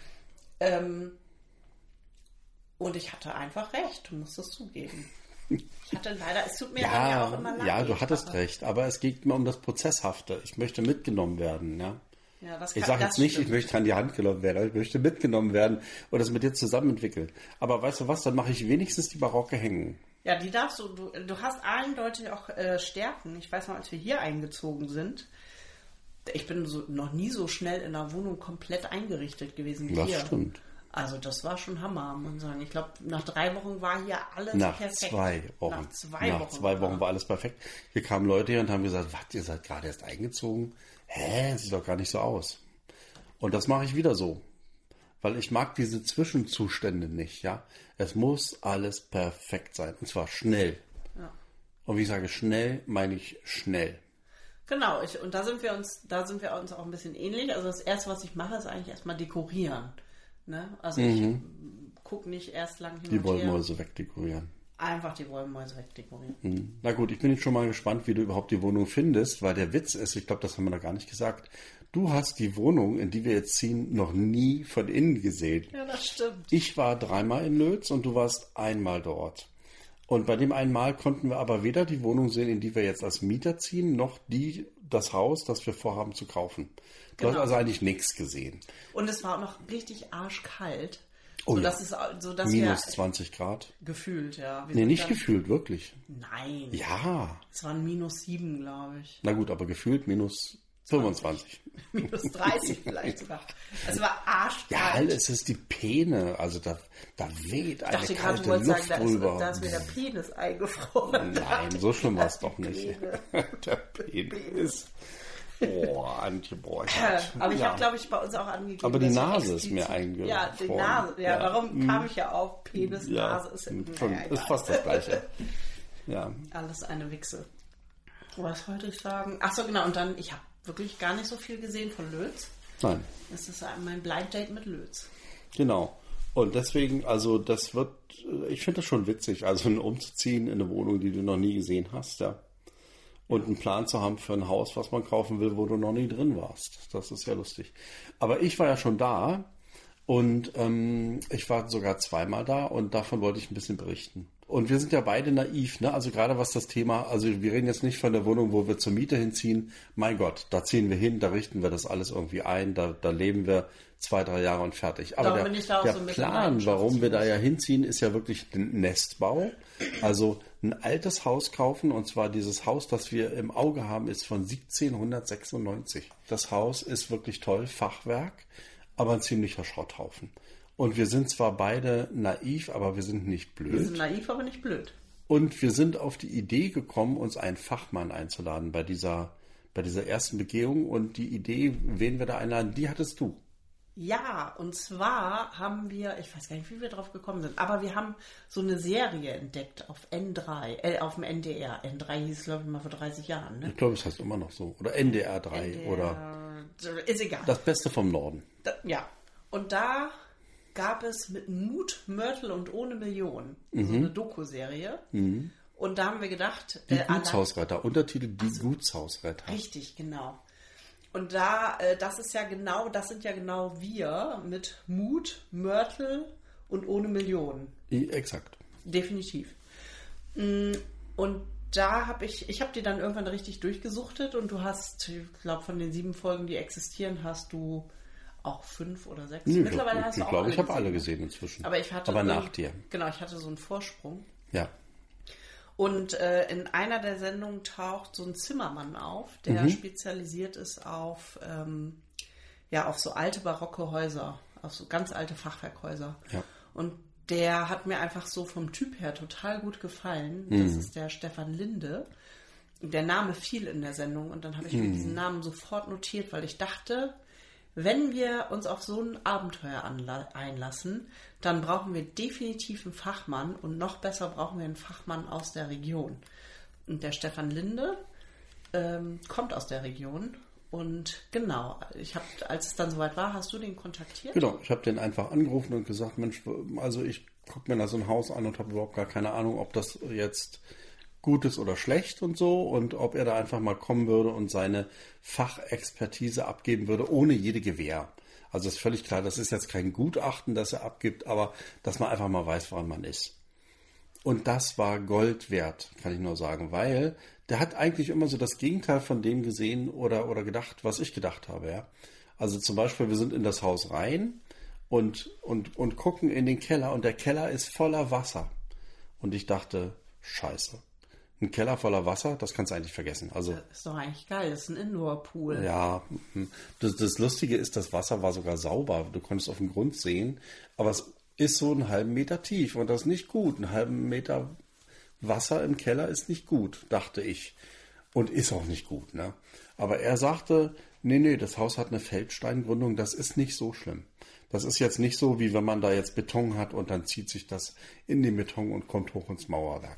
Und ich hatte einfach recht, du musst das zugeben. Ich hatte leider, es tut mir ja auch immer leid. Ja, du hattest recht, aber es geht mir um das Prozesshafte. Ich möchte mitgenommen werden, ja. Ja, ich sage jetzt nicht, ich möchte an die Hand genommen werden, aber ich möchte mitgenommen werden und das mit dir zusammen entwickeln. Aber weißt du was, dann mache ich wenigstens die Barocke hängen. Ja, die darfst du hast eindeutig auch Stärken. Ich weiß noch, als wir hier eingezogen sind, ich bin noch nie so schnell in einer Wohnung komplett eingerichtet gewesen wie hier. Das stimmt. Also das war schon Hammer, muss man sagen. Ich glaube, nach 3 Wochen war hier alles perfekt. Nach 2 Wochen. Nach 2 Wochen war alles perfekt. Hier kamen Leute her und haben gesagt, was, ihr seid gerade erst eingezogen? Sieht doch gar nicht so aus. Und das mache ich wieder so. Weil ich mag diese Zwischenzustände nicht, ja. Es muss alles perfekt sein. Und zwar schnell. Ja. Und wie ich sage schnell, meine ich schnell. Genau, und da sind wir uns auch ein bisschen ähnlich. Also das Erste, was ich mache, ist eigentlich erstmal dekorieren. Ne? Also ich gucke nicht erst lang hin die Wollmäuse wegdekorieren. Einfach die Wollmäuse wegdekorieren. Na gut, ich bin jetzt schon mal gespannt, wie du überhaupt die Wohnung findest, weil der Witz ist, ich glaube, das haben wir noch gar nicht gesagt, du hast die Wohnung, in die wir jetzt ziehen, noch nie von innen gesehen. Ja, das stimmt. Ich war 3-mal in Lötz und du warst 1-mal dort. Und bei dem einmal konnten wir aber weder die Wohnung sehen, in die wir jetzt als Mieter ziehen, noch das Haus, das wir vorhaben zu kaufen. Du hast also eigentlich nichts gesehen. Und es war auch noch richtig arschkalt. Oh, sodass minus 20 Grad. Gefühlt, ja. Nee, nicht gefühlt, wirklich. Nein. Ja. Es waren minus 7, glaube ich. Na gut, aber gefühlt minus 25. Minus 30 vielleicht sogar. Es war arschkalt. Ja, es ist die Peene. Also da weht eine kalte grad, Luft sagen, drüber. Da ist mir der Penis eingefroren. Nein, so schlimm war es doch nicht. Der Penis. Oh, Antje Borchert. Aber ich habe, glaube ich, bei uns auch angegeben. Aber die Nase ist mir eingefroren. Ja, die Nase. Ja, darum kam ich ja auf. Penis, Nase ist ist fast das Gleiche. Ja. Alles eine Wichse. Was wollte ich sagen? Ach so, genau. Und dann, ich habe wirklich gar nicht so viel gesehen von Lötz. Nein. Das ist mein Blind Date mit Lötz. Genau. Und deswegen, also ich finde das schon witzig, also umzuziehen in eine Wohnung, die du noch nie gesehen hast, ja. Und einen Plan zu haben für ein Haus, was man kaufen will, wo du noch nie drin warst. Das ist ja lustig. Aber ich war ja schon da und ich war sogar 2-mal da und davon wollte ich ein bisschen berichten. Und wir sind ja beide naiv, ne? Also gerade was das Thema, also wir reden jetzt nicht von der Wohnung, wo wir zur Miete hinziehen. Mein Gott, da ziehen wir hin, da richten wir das alles irgendwie ein, da leben wir 2-3 Jahre und fertig. Aber der Plan, warum wir da ja hinziehen, ist ja wirklich ein Nestbau. Also ein altes Haus kaufen, und zwar dieses Haus, das wir im Auge haben, ist von 1796. Das Haus ist wirklich toll, Fachwerk, aber ein ziemlicher Schrotthaufen. Und wir sind zwar beide naiv, aber wir sind nicht blöd. Wir sind naiv, aber nicht blöd. Und wir sind auf die Idee gekommen, uns einen Fachmann einzuladen bei dieser ersten Begehung. Und die Idee, wen wir da einladen, die hattest du. Ja, und zwar haben wir, ich weiß gar nicht, wie wir drauf gekommen sind, aber wir haben so eine Serie entdeckt auf N3, auf dem NDR. N3 hieß, glaube ich, mal vor 30 Jahren. Ne? Ich glaube, es heißt immer noch so. Oder NDR 3 oder ist egal. Das Beste vom Norden. Ja, und da gab es mit Mut, Mörtel und ohne Millionen so eine Doku-Serie. Mhm. Und da haben wir gedacht... Die Gutshausretter, Untertitel Die Gutshausretter. Richtig, genau. Und das sind ja genau wir mit Mut, Mörtel und ohne Millionen. Exakt. Definitiv. Und da habe ich die dann irgendwann richtig durchgesuchtet und du hast, ich glaube, von den 7 Folgen, die existieren, hast du auch 5 oder 6. Nö, Mittlerweile hast du auch ich glaube, alle ich habe gesehen. alle gesehen inzwischen. Aber nach dir. Genau, ich hatte so einen Vorsprung. Ja. Und in einer der Sendungen taucht so ein Zimmermann auf, der spezialisiert ist auf so alte barocke Häuser, auf so ganz alte Fachwerkhäuser. Ja. Und der hat mir einfach so vom Typ her total gut gefallen. Das ist der Stefan Linde. Der Name fiel in der Sendung und dann habe ich mir diesen Namen sofort notiert, weil ich dachte, wenn wir uns auf so ein Abenteuer einlassen, dann brauchen wir definitiv einen Fachmann und noch besser brauchen wir einen Fachmann aus der Region. Und der Stefan Linde kommt aus der Region und genau, als es dann soweit war, hast du den kontaktiert? Genau, ich habe den einfach angerufen und gesagt, Mensch, also ich gucke mir da so ein Haus an und habe überhaupt gar keine Ahnung, ob das jetzt gut ist oder schlecht und so und ob er da einfach mal kommen würde und seine Fachexpertise abgeben würde, ohne jede Gewähr. Also ist völlig klar, das ist jetzt kein Gutachten, das er abgibt, aber dass man einfach mal weiß, woran man ist. Und das war Gold wert, kann ich nur sagen, weil der hat eigentlich immer so das Gegenteil von dem gesehen oder gedacht, was ich gedacht habe. Ja? Also zum Beispiel, wir sind in das Haus rein und gucken in den Keller und der Keller ist voller Wasser. Und ich dachte, scheiße. Ein Keller voller Wasser, das kannst du eigentlich vergessen. Also, das ist doch eigentlich geil, das ist ein Indoor-Pool. Ja, das Lustige ist, das Wasser war sogar sauber. Du konntest auf den Grund sehen, aber es ist so einen halben Meter tief und das ist nicht gut. Einen halben Meter Wasser im Keller ist nicht gut, dachte ich. Und ist auch nicht gut, ne? Aber er sagte, nee, das Haus hat eine Feldsteingründung, das ist nicht so schlimm. Das ist jetzt nicht so, wie wenn man da jetzt Beton hat und dann zieht sich das in den Beton und kommt hoch ins Mauerwerk.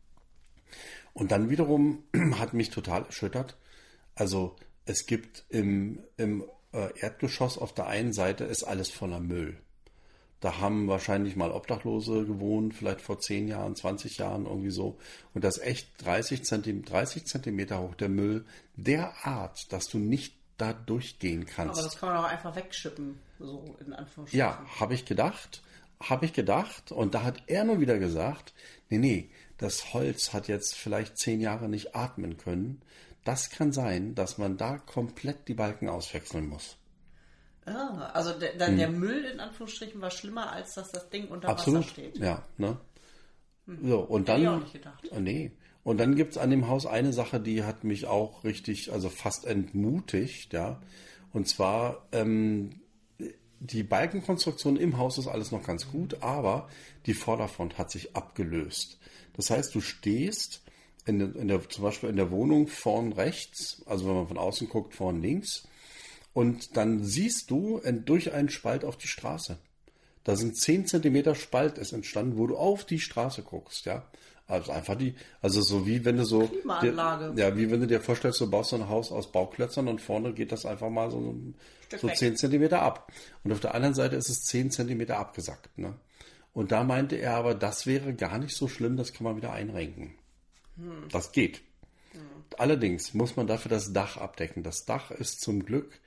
Und dann wiederum hat mich total erschüttert. Also es gibt im Erdgeschoss auf der einen Seite ist alles voller Müll. Da haben wahrscheinlich mal Obdachlose gewohnt, vielleicht vor 10 Jahren, 20 Jahren irgendwie so. Und das ist echt 30 Zentimeter hoch, der Müll derart, dass du nicht da durchgehen kannst. Aber das kann man auch einfach wegschippen, so in Anführungsstrichen. Ja, habe ich gedacht. Und da hat er nur wieder gesagt, nee, das Holz hat jetzt vielleicht 10 Jahre nicht atmen können. Das kann sein, dass man da komplett die Balken auswechseln muss. Ah, also der Müll in Anführungsstrichen war schlimmer, als dass das Ding unter Absolut. Wasser steht. Ja, ne? So, und dann. Hätte ich auch nicht gedacht. Nee. Und dann gibt es an dem Haus eine Sache, die hat mich auch richtig, also fast entmutigt, ja. Und zwar, die Balkenkonstruktion im Haus ist alles noch ganz gut, aber die Vorderfront hat sich abgelöst. Das heißt, du stehst zum Beispiel in der Wohnung vorn rechts, also wenn man von außen guckt, vorn links, und dann siehst du durch einen Spalt auf die Straße. Da sind 10 Zentimeter Spalt ist entstanden, wo du auf die Straße guckst, ja. Also einfach also so wie wenn du so, Klimaanlage. wie wenn du dir vorstellst, du baust so ein Haus aus Bauklötzern und vorne geht das einfach mal so 10 Zentimeter ab. Und auf der anderen Seite ist es 10 Zentimeter abgesackt, ne. Und da meinte er aber, das wäre gar nicht so schlimm, das kann man wieder einrenken. Das geht. Allerdings muss man dafür das Dach abdecken. Das Dach ist zum Glück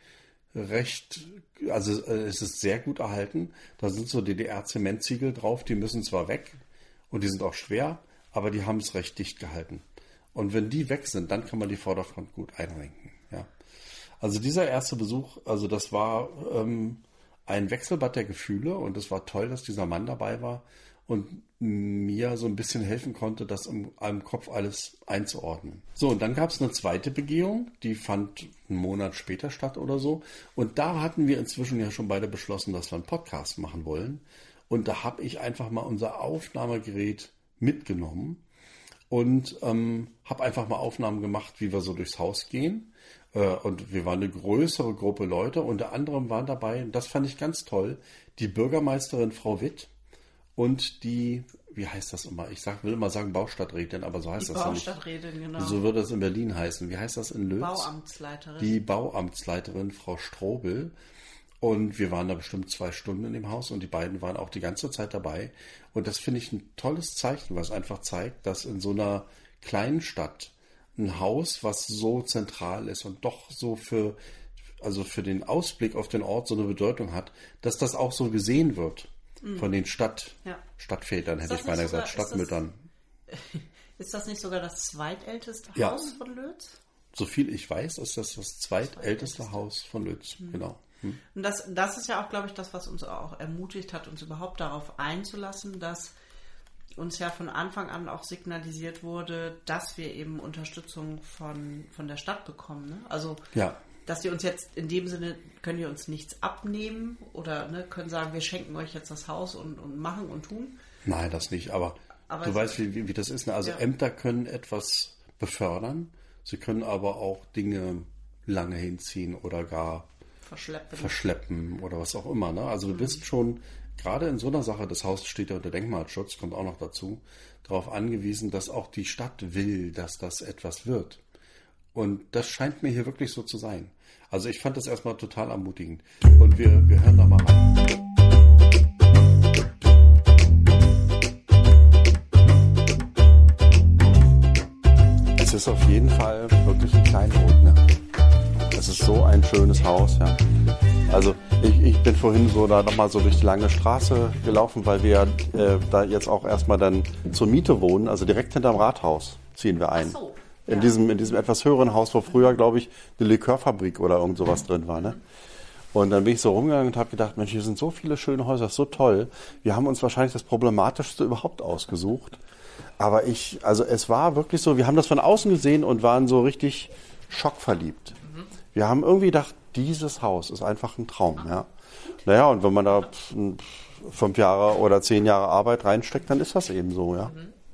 es ist sehr gut erhalten. Da sind so DDR-Zementziegel drauf, die müssen zwar weg und die sind auch schwer, aber die haben es recht dicht gehalten. Und wenn die weg sind, dann kann man die Vorderfront gut einrenken. Ja. Also dieser erste Besuch, also das war ein Wechselbad der Gefühle und es war toll, dass dieser Mann dabei war und mir so ein bisschen helfen konnte, das im Kopf alles einzuordnen. So, und dann gab es eine zweite Begehung, die fand einen Monat später statt oder so. Und da hatten wir inzwischen ja schon beide beschlossen, dass wir einen Podcast machen wollen. Und da habe ich einfach mal unser Aufnahmegerät mitgenommen und habe einfach mal Aufnahmen gemacht, wie wir so durchs Haus gehen. Und wir waren eine größere Gruppe Leute. Unter anderem waren dabei, und das fand ich ganz toll, die Bürgermeisterin Frau Witt und die, wie heißt das immer? Will immer sagen Baustadträtin, aber so heißt das nicht. Die Baustadträtin, genau. So würde das in Berlin heißen. Wie heißt das in Lötz? Bauamtsleiterin. Die Bauamtsleiterin Frau Strobel. Und wir waren da bestimmt 2 Stunden in dem Haus und die beiden waren auch die ganze Zeit dabei. Und das finde ich ein tolles Zeichen, was einfach zeigt, dass in so einer kleinen Stadt ein Haus, was so zentral ist und doch so für also für den Ausblick auf den Ort so eine Bedeutung hat, dass das auch so gesehen wird von den Stadtvätern, hätte ich beinahe gesagt, Stadtmüttern. Ist das nicht sogar das zweitälteste Haus von Lötz? So viel ich weiß, ist das zweitälteste Haus von Lötz, genau. Und das ist ja auch, glaube ich, das, was uns auch ermutigt hat, uns überhaupt darauf einzulassen, dass uns ja von Anfang an auch signalisiert wurde, dass wir eben Unterstützung von der Stadt bekommen. Ne? Also, dass die uns jetzt in dem Sinne, können die uns nichts abnehmen oder können sagen, wir schenken euch jetzt das Haus und machen und tun. Nein, das nicht, aber du weißt, wie das ist. Ne? Also Ämter können etwas befördern, sie können aber auch Dinge lange hinziehen oder gar verschleppen oder was auch immer. Ne? Also du bist schon, gerade in so einer Sache, das Haus steht ja unter Denkmalschutz, kommt auch noch dazu, darauf angewiesen, dass auch die Stadt will, dass das etwas wird. Und das scheint mir hier wirklich so zu sein. Also ich fand das erstmal total ermutigend. Und wir hören da mal rein. Es ist auf jeden Fall wirklich ein Kleinod, ne? Es ist so ein schönes Haus, ja. Also ich bin vorhin so da nochmal so durch die lange Straße gelaufen, weil wir da jetzt auch erstmal dann zur Miete wohnen, also direkt hinterm Rathaus ziehen wir ein. Ach so. In diesem etwas höheren Haus, wo früher, glaube ich, eine Likörfabrik oder irgend sowas drin war, ne? Und dann bin ich so rumgegangen und habe gedacht, Mensch, hier sind so viele schöne Häuser, das ist so toll. Wir haben uns wahrscheinlich das Problematischste überhaupt ausgesucht. Aber es war wirklich so, wir haben das von außen gesehen und waren so richtig schockverliebt. Wir haben irgendwie gedacht, dieses Haus ist einfach ein Traum, ja. Naja, und wenn man da 5 Jahre oder 10 Jahre Arbeit reinsteckt, dann ist das eben so, ja.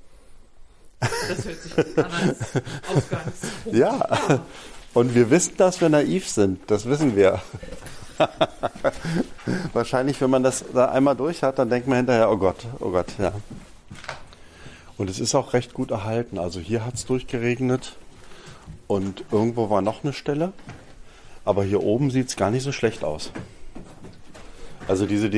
Das hört sich an als Ausgangspunkt. Ja, und wir wissen, dass wir naiv sind, das wissen wir. Wahrscheinlich, wenn man das da einmal durch hat, dann denkt man hinterher, oh Gott, ja. Und es ist auch recht gut erhalten. Also hier hat es durchgeregnet und irgendwo war noch eine Stelle. Aber hier oben sieht es gar nicht so schlecht aus. Also diese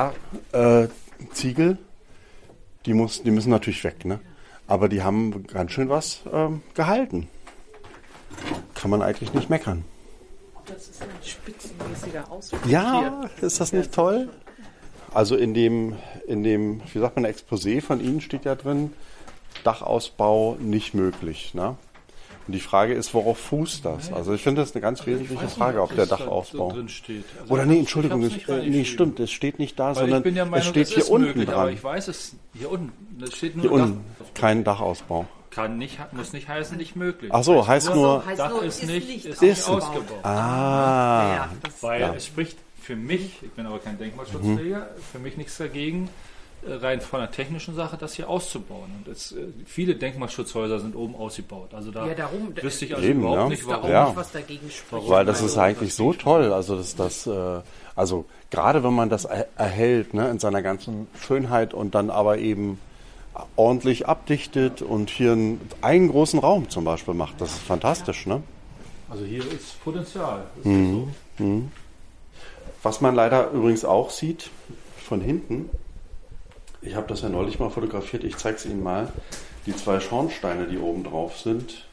DDR-Ziegel, die müssen natürlich weg, ne? Aber die haben ganz schön was gehalten. Kann man eigentlich nicht meckern. Das ist ein spitzenmäßiger Ausbau. Ja, ist das nicht toll? Also in dem, wie sagt man, Exposé von Ihnen steht ja drin, Dachausbau nicht möglich, ne? Und die Frage ist, worauf fußt das? Also ich finde, das ist eine ganz wesentliche Frage, ob der Dachausbau. So drin steht. Also oder nee, Entschuldigung, nee, stimmt, es steht nicht da, sondern es steht hier unten möglich, dran. Aber ich weiß es, hier unten, das steht nur hier unten, kein Dachausbau. Muss nicht heißen, nicht möglich. Ach so, heißt nur, Dach ist nicht ausgebaut. Ah. Weil es spricht für mich, ich bin aber kein Denkmalschutzpfleger, für mich nichts dagegen, rein von der technischen Sache, das hier auszubauen. Und viele Denkmalschutzhäuser sind oben ausgebaut. Also da wüsste ich also eben, überhaupt nicht, warum. Nicht, was dagegen spricht. Weil das ist eigentlich so toll. Also also gerade wenn man das erhält, ne, in seiner ganzen Schönheit und dann aber eben ordentlich abdichtet und hier einen großen Raum zum Beispiel macht, das ist fantastisch, ne? Also hier ist Potenzial. Das ist so. Was man leider übrigens auch sieht von hinten, ich habe das ja neulich mal fotografiert, ich zeige es Ihnen mal, die 2 Schornsteine, die oben drauf sind,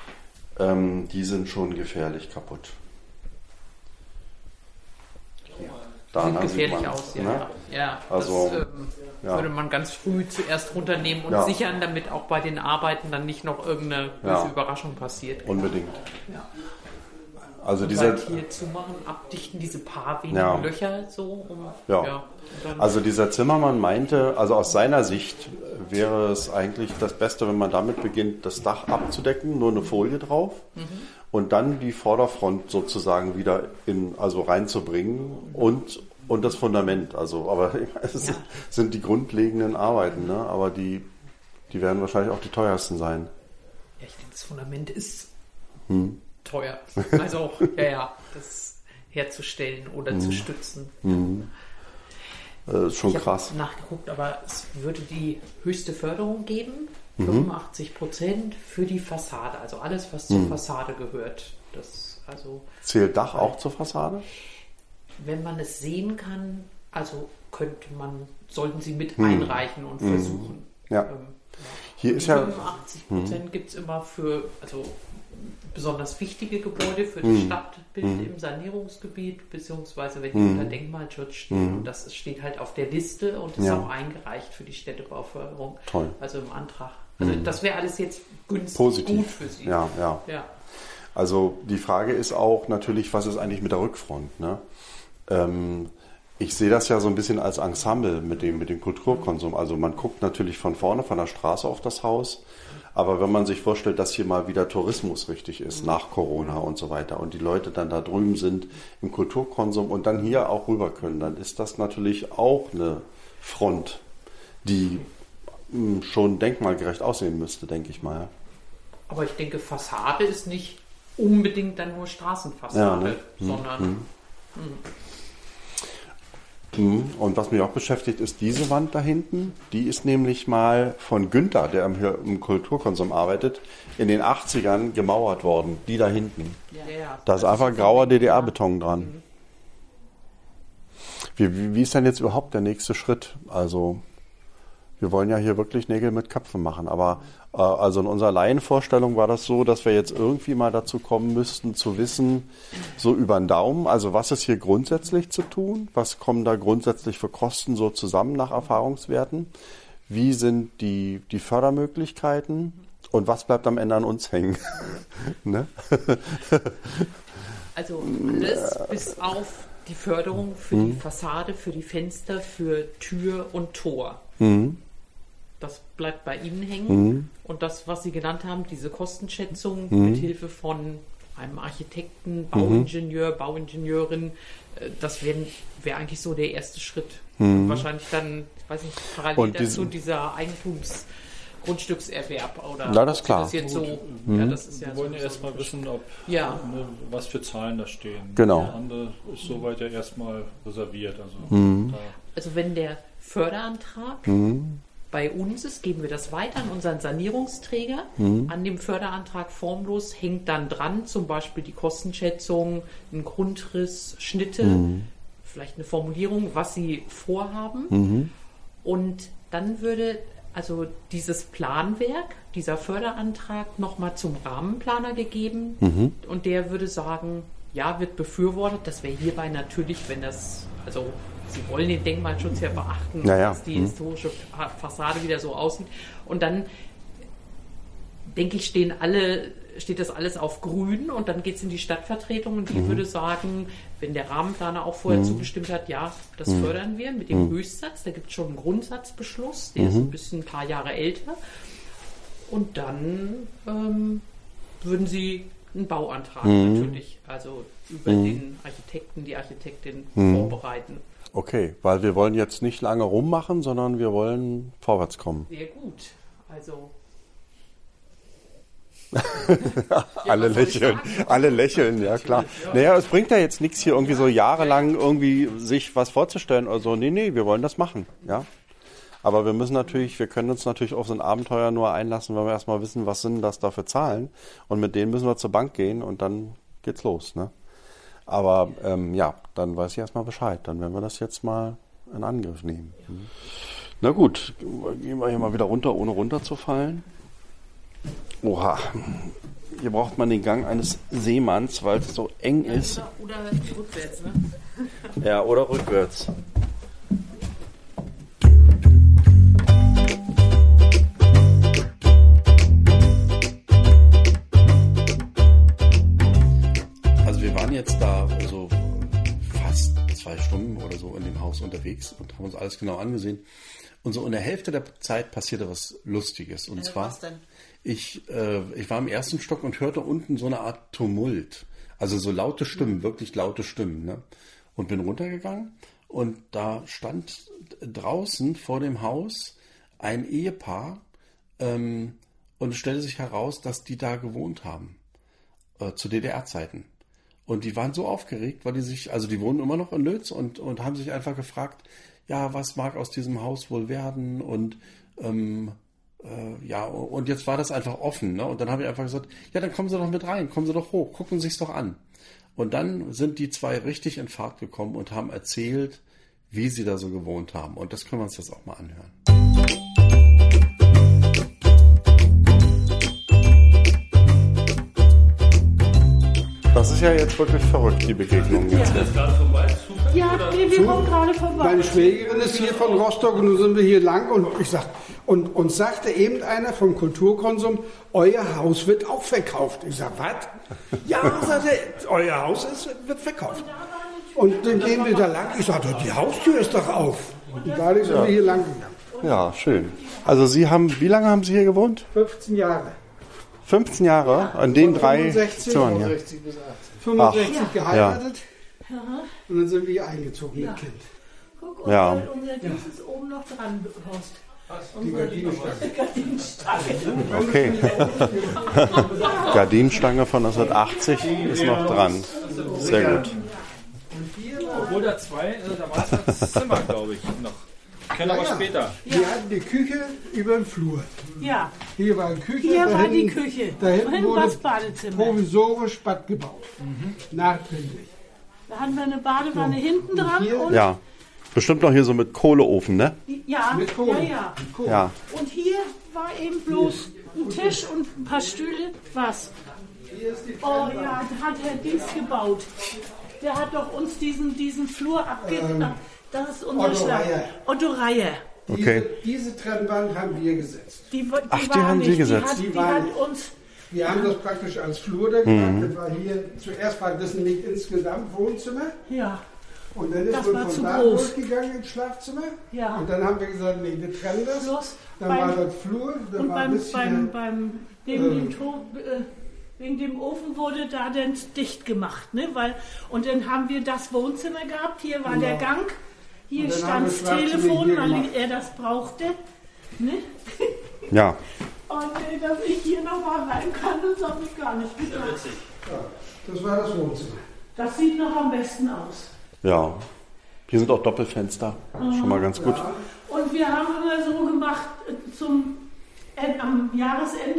die sind schon gefährlich kaputt. Sieht gefährlich aus, ja. Ne? Ja, also, das würde man ganz früh zuerst runternehmen und sichern, damit auch bei den Arbeiten dann nicht noch irgendeine böse Überraschung passiert. Unbedingt. Ja. Also hier zumachen, abdichten, diese paar wenigen Löcher so. Also dieser Zimmermann meinte, also aus seiner Sicht wäre es eigentlich das Beste, wenn man damit beginnt, das Dach abzudecken, nur eine Folie drauf und dann die Vorderfront sozusagen wieder reinzubringen und das Fundament. Also, aber es sind die grundlegenden Arbeiten, ne? Aber die werden wahrscheinlich auch die teuersten sein. Ja, ich denke, das Fundament ist teuer. Also auch, das herzustellen oder zu stützen. Das ist schon krass. Ich habe nachgeguckt, aber es würde die höchste Förderung geben, 85% für die Fassade, also alles, was zur Fassade gehört. Zählt Dach auch zur Fassade? Wenn man es sehen kann, also sollten Sie mit einreichen und versuchen. Ja. Hier ist 85% gibt es immer für, besonders wichtige Gebäude für das Stadtbild im Sanierungsgebiet, beziehungsweise wenn die unter Denkmalschutz stehen. Und das steht halt auf der Liste und ist auch eingereicht für die Städtebauförderung. Toll. Also im Antrag. Also das wäre alles jetzt günstig, positiv. Gut für Sie. Ja. Also die Frage ist auch natürlich, was ist eigentlich mit der Rückfront? Ne? Ich sehe das ja so ein bisschen als Ensemble mit dem Kulturkonsum. Also man guckt natürlich von vorne, von der Straße auf das Haus. Aber wenn man sich vorstellt, dass hier mal wieder Tourismus richtig ist, nach Corona und so weiter, und die Leute dann da drüben sind im Kulturkonsum und dann hier auch rüber können, dann ist das natürlich auch eine Front, die schon denkmalgerecht aussehen müsste, denke ich mal. Aber ich denke, Fassade ist nicht unbedingt dann nur Straßenfassade, sondern... Und was mich auch beschäftigt, ist diese Wand da hinten. Die ist nämlich mal von Günther, der im Kulturkonsum arbeitet, in den 80ern gemauert worden. Die da hinten. Ja. Da ist einfach grauer DDR-Beton dran. Wie ist denn jetzt überhaupt der nächste Schritt? Also wir wollen ja hier wirklich Nägel mit Köpfen machen. Aber also in unserer Laienvorstellung war das so, dass wir jetzt irgendwie mal dazu kommen müssten, zu wissen, so über den Daumen, also was ist hier grundsätzlich zu tun? Was kommen da grundsätzlich für Kosten so zusammen nach Erfahrungswerten? Wie sind die Fördermöglichkeiten? Und was bleibt am Ende an uns hängen? Ne? Also alles bis auf die Förderung für die Fassade, für die Fenster, für Tür und Tor. Das bleibt bei Ihnen hängen. Und das, was Sie genannt haben, diese Kostenschätzung mit Hilfe von einem Architekten, Bauingenieur, Bauingenieurin, das wäre eigentlich so der erste Schritt. Wahrscheinlich dann, ich weiß nicht, parallel dazu dieser Grundstückserwerb oder na, das ist klar. Das jetzt so, das ist ja wir wollen ja erstmal wissen, was für Zahlen da stehen. Genau. Der andere ist soweit ja erstmal reserviert. Also wenn der Förderantrag bei uns ist, geben wir das weiter an unseren Sanierungsträger. An dem Förderantrag formlos hängt dann dran zum Beispiel die Kostenschätzung, ein Grundriss, Schnitte, vielleicht eine Formulierung, was sie vorhaben. Und dann würde also dieses Planwerk, dieser Förderantrag nochmal zum Rahmenplaner gegeben und der würde sagen, ja, wird befürwortet. Das wäre hierbei natürlich, wenn das, also Sie wollen den Denkmalschutz ja beachten, dass die historische Fassade wieder so aussieht. Und dann, denke ich, steht das alles auf grün und dann geht es in die Stadtvertretung und die würde sagen, wenn der Rahmenplaner auch vorher zugestimmt hat, ja, das fördern wir mit dem Höchstsatz. Da gibt es schon einen Grundsatzbeschluss, der ist ein paar Jahre älter. Und dann würden Sie einen Bauantrag natürlich, also über den Architekten, die Architektin vorbereiten. Okay, weil wir wollen jetzt nicht lange rummachen, sondern wir wollen vorwärts kommen. Sehr gut. Also alle lächeln, ja klar. Naja, es bringt ja jetzt nichts hier irgendwie so jahrelang irgendwie sich was vorzustellen oder so. Nee, wir wollen das machen, ja. Aber wir können uns natürlich auf so ein Abenteuer nur einlassen, wenn wir erstmal wissen, was sind das da für Zahlen. Und mit denen müssen wir zur Bank gehen und dann geht's los, ne? Aber dann weiß ich erstmal Bescheid. Dann werden wir das jetzt mal in Angriff nehmen. Na gut, gehen wir hier mal wieder runter, ohne runterzufallen. Oha, hier braucht man den Gang eines Seemanns, weil es so eng ist. Oder rückwärts, ne? Ja, oder rückwärts. Also wir waren jetzt da so fast 2 Stunden oder so in dem Haus unterwegs und haben uns alles genau angesehen. Und so in der Hälfte der Zeit passierte was Lustiges. Und zwar, was denn? Ich war im ersten Stock und hörte unten so eine Art Tumult. Also so laute Stimmen, wirklich laute Stimmen. Ne? Und bin runtergegangen und da stand draußen vor dem Haus ein Ehepaar und es stellte sich heraus, dass die da gewohnt haben. Zu DDR-Zeiten. Und die waren so aufgeregt, weil die wohnen immer noch in Lötz und haben sich einfach gefragt, ja, was mag aus diesem Haus wohl werden? Und und jetzt war das einfach offen. Ne? Und dann habe ich einfach gesagt, ja, dann kommen Sie doch mit rein, kommen Sie doch hoch, gucken Sie sich's doch an. Und dann sind die 2 richtig in Fahrt gekommen und haben erzählt, wie sie da so gewohnt haben. Und das können wir uns jetzt auch mal anhören. Das ist ja jetzt wirklich verrückt, die Begegnung jetzt. Ist das gerade vorbei? Ja, nee, wir kommen gerade vorbei. Meine Schwägerin ist hier von Rostock und nun sind wir hier lang und ich sag, und uns sagte eben einer vom Kulturkonsum, euer Haus wird auch verkauft. Ich sag, was? Ja, sagt er, euer Haus wird verkauft. Und dann gehen wir da lang. Ich sag, die Haustür ist doch auf. Und dadurch sind wir hier lang gegangen. Ja, schön. Also wie lange haben Sie hier gewohnt? 15 Jahre. 15 Jahre? An den 3 Zimmern hier. 65 geheiratet. Und dann sind wir hier eingezogen mit Kind. Guck, Ja. unser Dings ist oben noch dran, Horst. Die Gardinenstange. Okay. Gardinenstange von 1980 ist noch dran. Sehr gut. Obwohl da da war es das Zimmer, glaube ich, noch. Kennen aber später. Wir hatten die Küche über den Flur. Ja, Hier war die Küche. hier da war die hinten- Küche. Da hinten Vorhin war wurde das Badezimmer. provisorisch Bad gebaut. Nachträglich. Da hatten wir eine Badewanne hinten dran. hier- Und Ja. Bestimmt noch hier so mit Kohleofen, ne? ja, Mit Kohle. ja. Mit Kohle. Ja. Und hier war eben bloß ein Tisch und ein paar Stühle. Was? Oh ja, da hat Herr Dings gebaut. Der hat doch uns diesen Flur abgegeben. Das ist unser Otto Schlag. Reier. Otto Reier. Okay. Diese Trennwand haben wir gesetzt. Die Ach, die war haben Sie nicht. gesetzt. Die Die war hat nicht. uns. Wir haben das praktisch als Flur da gemacht. Das war hier, zuerst war das nämlich insgesamt Wohnzimmer. Ja, Und dann ist Das man war zu von da groß. durchgegangen ins Schlafzimmer. Ja. Und dann haben wir gesagt, nee, wir trennen das. Bloß Dann beim- war das Flur. Dann und war ein bisschen, wegen dem Ofen wurde da dann dicht gemacht, ne? Und dann haben wir das Wohnzimmer gehabt. Hier war der Gang. Hier Und dann stand haben wir das Schlafzimmer Telefon, hier weil gemacht. er das brauchte. Ne? Ja. Und dass ich hier nochmal rein kann, das habe ich gar nicht gedacht. das war das Wohnzimmer. Das sieht noch am besten aus. Ja. Hier sind auch Doppelfenster. Schon mal ganz gut. Und wir haben immer so gemacht, am Jahresende,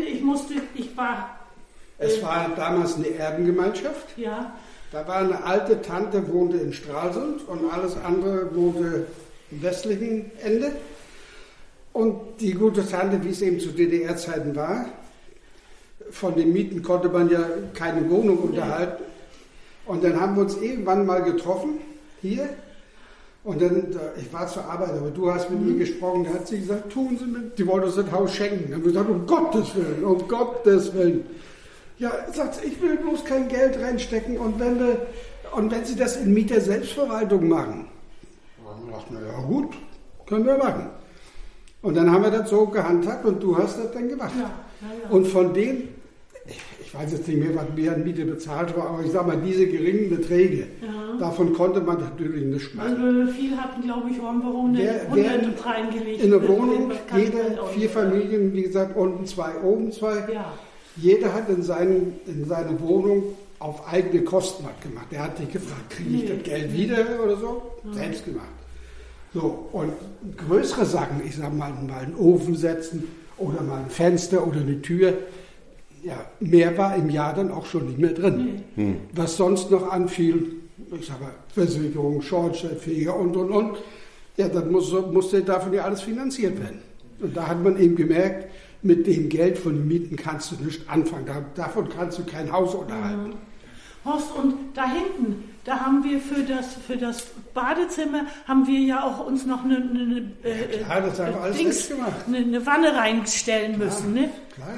Es war damals eine Erbengemeinschaft. ja, Da war eine alte Tante, wohnte in Stralsund und alles andere wohnte im westlichen Ende. Und die gute Tante, wie es eben zu DDR-Zeiten war, von den Mieten konnte man ja keine Wohnung unterhalten. Und dann haben wir uns irgendwann mal getroffen, hier. Und dann, ich war zur Arbeit, aber du hast mit ihr gesprochen, da hat sie gesagt, tun Sie mir, die wollte uns das Haus schenken. Dann haben wir gesagt, um Gottes Willen. Ja, sagt sie, ich will bloß kein Geld reinstecken und wenn Sie das in Mieter-Selbstverwaltung machen. Dann dachten wir, ja gut, können wir machen. Und dann haben wir das so gehandhabt und du hast das dann gemacht. Ja. Und von dem, ich weiß jetzt nicht mehr, was wir an Miete bezahlt war, aber ich sag mal, diese geringen Beträge, davon konnte man natürlich nicht machen. Also viel hatten, glaube ich, warum Wer 100 reingelegt. in der Wohnung, Das kann ich jeder, auch 4 nicht Familien, wie gesagt, unten 2, oben 2. sagen. Ja, Jeder hat in seine Wohnung auf eigene Kosten was gemacht. Der hat nicht gefragt, kriege ich das Geld wieder oder so? Selbst gemacht. So, und größere Sachen, ich sag mal einen Ofen setzen oder mal ein Fenster oder eine Tür, ja, mehr war im Jahr dann auch schon nicht mehr drin. Was sonst noch anfiel, ich sag mal, Versicherung, Schornsteinfeger und. Ja, dann musste davon ja alles finanziert werden. Und da hat man eben gemerkt, mit dem Geld von den Mieten kannst du nicht anfangen. Davon kannst du kein Haus unterhalten. Horst, und da hinten, da haben wir für das Badezimmer, haben wir ja auch uns noch eine klar, das haben wir alles selbst gemacht. eine Wanne reinstellen müssen. Ne? Klar.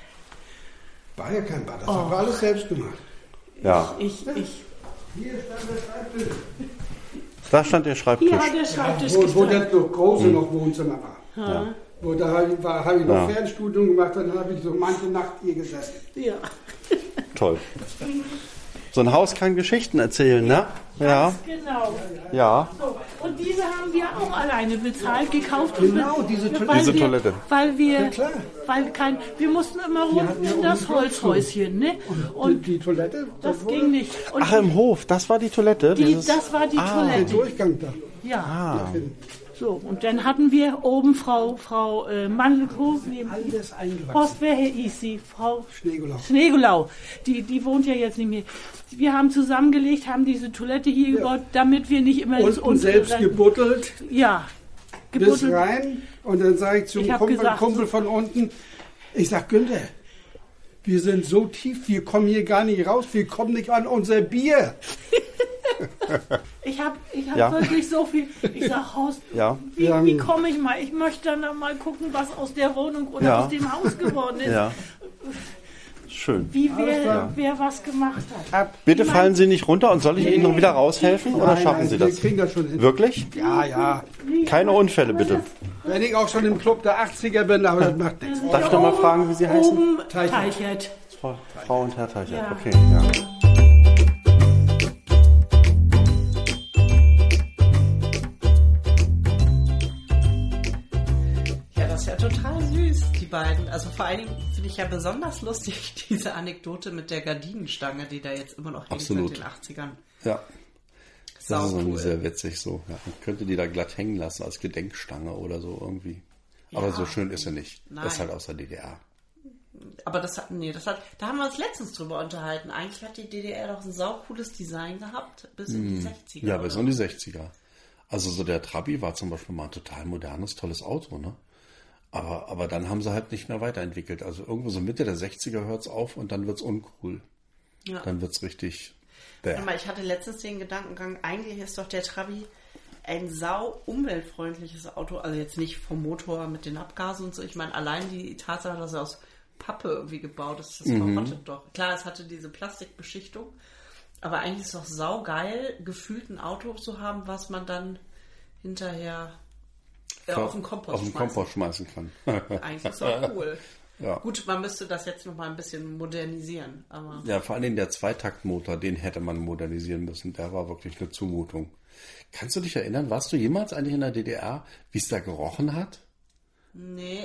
War ja kein Bad, das haben wir alles selbst gemacht. Ja. Ich. Hier stand der Schreibtisch. Da stand der Schreibtisch. Hier hat der Schreibtisch Wo gestanden. das noch große noch Wohnzimmer war. Ja. Wo da habe ich noch Ja. Fernstudium gemacht, dann habe ich so manche Nacht hier gesessen. Ja. Toll. So ein Haus kann Geschichten erzählen, ne? Ja. Genau. Ja. So, und diese haben wir auch alleine bezahlt, gekauft. Genau, diese Toilette. weil Diese wir, Toilette. Weil wir, Ja, klar. wir mussten immer runten in das Holzhäuschen, ne? Und die Toilette, das wurde ging nicht. Und Ach, im Hof, das war die Toilette? das war die der Toilette. Durchgang da. Ja. So, und dann hatten wir oben Frau Mandelko, Alles eingewachsen. Horst, wer hieß sie? Frau Schneegelau. Schneegelau. Die wohnt ja jetzt nicht mehr. Wir haben zusammengelegt, haben diese Toilette hier gebaut, damit wir nicht immer Unten selbst gebuddelt, Ja, bis gebuddelt. rein. Und dann sage ich zum Ich hab Kumpel, gesagt, Kumpel von unten, ich sag, Günther, wir sind so tief, wir kommen hier gar nicht raus, wir kommen nicht an unser Bier. Ich hab wirklich so viel. Ich sag, Horst, wie komme ich mal? Ich möchte dann mal gucken, was aus der Wohnung oder aus dem Haus geworden ist. Ja. Schön. Wie wer was gemacht hat. Bitte fallen Sie nicht runter und soll ich Ihnen noch wieder raushelfen oder schaffen Sie das? Wir kriegen das schon hin. Wirklich? Ja. Keine Unfälle, bitte. Wenn ich auch schon im Club der 80er bin, aber das macht nichts. Darf ich noch mal fragen, wie Sie heißen? Teichert. Frau und Herr Teichert, Ja. okay. Ja. Ja, das ist ja total süß, die beiden. Also vor allen Dingen finde ich ja besonders lustig diese Anekdote mit der Gardinenstange, die da jetzt immer noch hängt Absolut. seit den 80ern. Ja. Das ist Saucool. sehr witzig so. Ja, man könnte die da glatt hängen lassen als Gedenkstange oder so irgendwie. Aber so schön ist sie nicht. Nein. Das ist halt aus der DDR. Aber da haben wir uns letztens drüber unterhalten. Eigentlich hat die DDR doch ein saucooles Design gehabt, bis in die 60er. Ja, bis in die 60er. Also so der Trabi war zum Beispiel mal ein total modernes, tolles Auto, ne? Aber dann haben sie halt nicht mehr weiterentwickelt. Also irgendwo so Mitte der 60er hört es auf und dann wird es uncool. Ja. Dann wird es richtig... Ich hatte letztens den Gedankengang, eigentlich ist doch der Trabi ein sau umweltfreundliches Auto. Also jetzt nicht vom Motor mit den Abgasen und so. Ich meine, allein die Tatsache, dass er aus Pappe irgendwie gebaut ist, das verrottet doch. Klar, es hatte diese Plastikbeschichtung, aber eigentlich ist es doch saugeil, gefühlt ein Auto zu haben, was man dann hinterher auf den Kompost schmeißen kann. Eigentlich ist es auch cool. Ja. Gut, man müsste das jetzt noch mal ein bisschen modernisieren. Aber Ja, vor allem der Zweitaktmotor, den hätte man modernisieren müssen. Der war wirklich eine Zumutung. Kannst du dich erinnern, warst du jemals eigentlich in der DDR, wie es da gerochen hat? nee,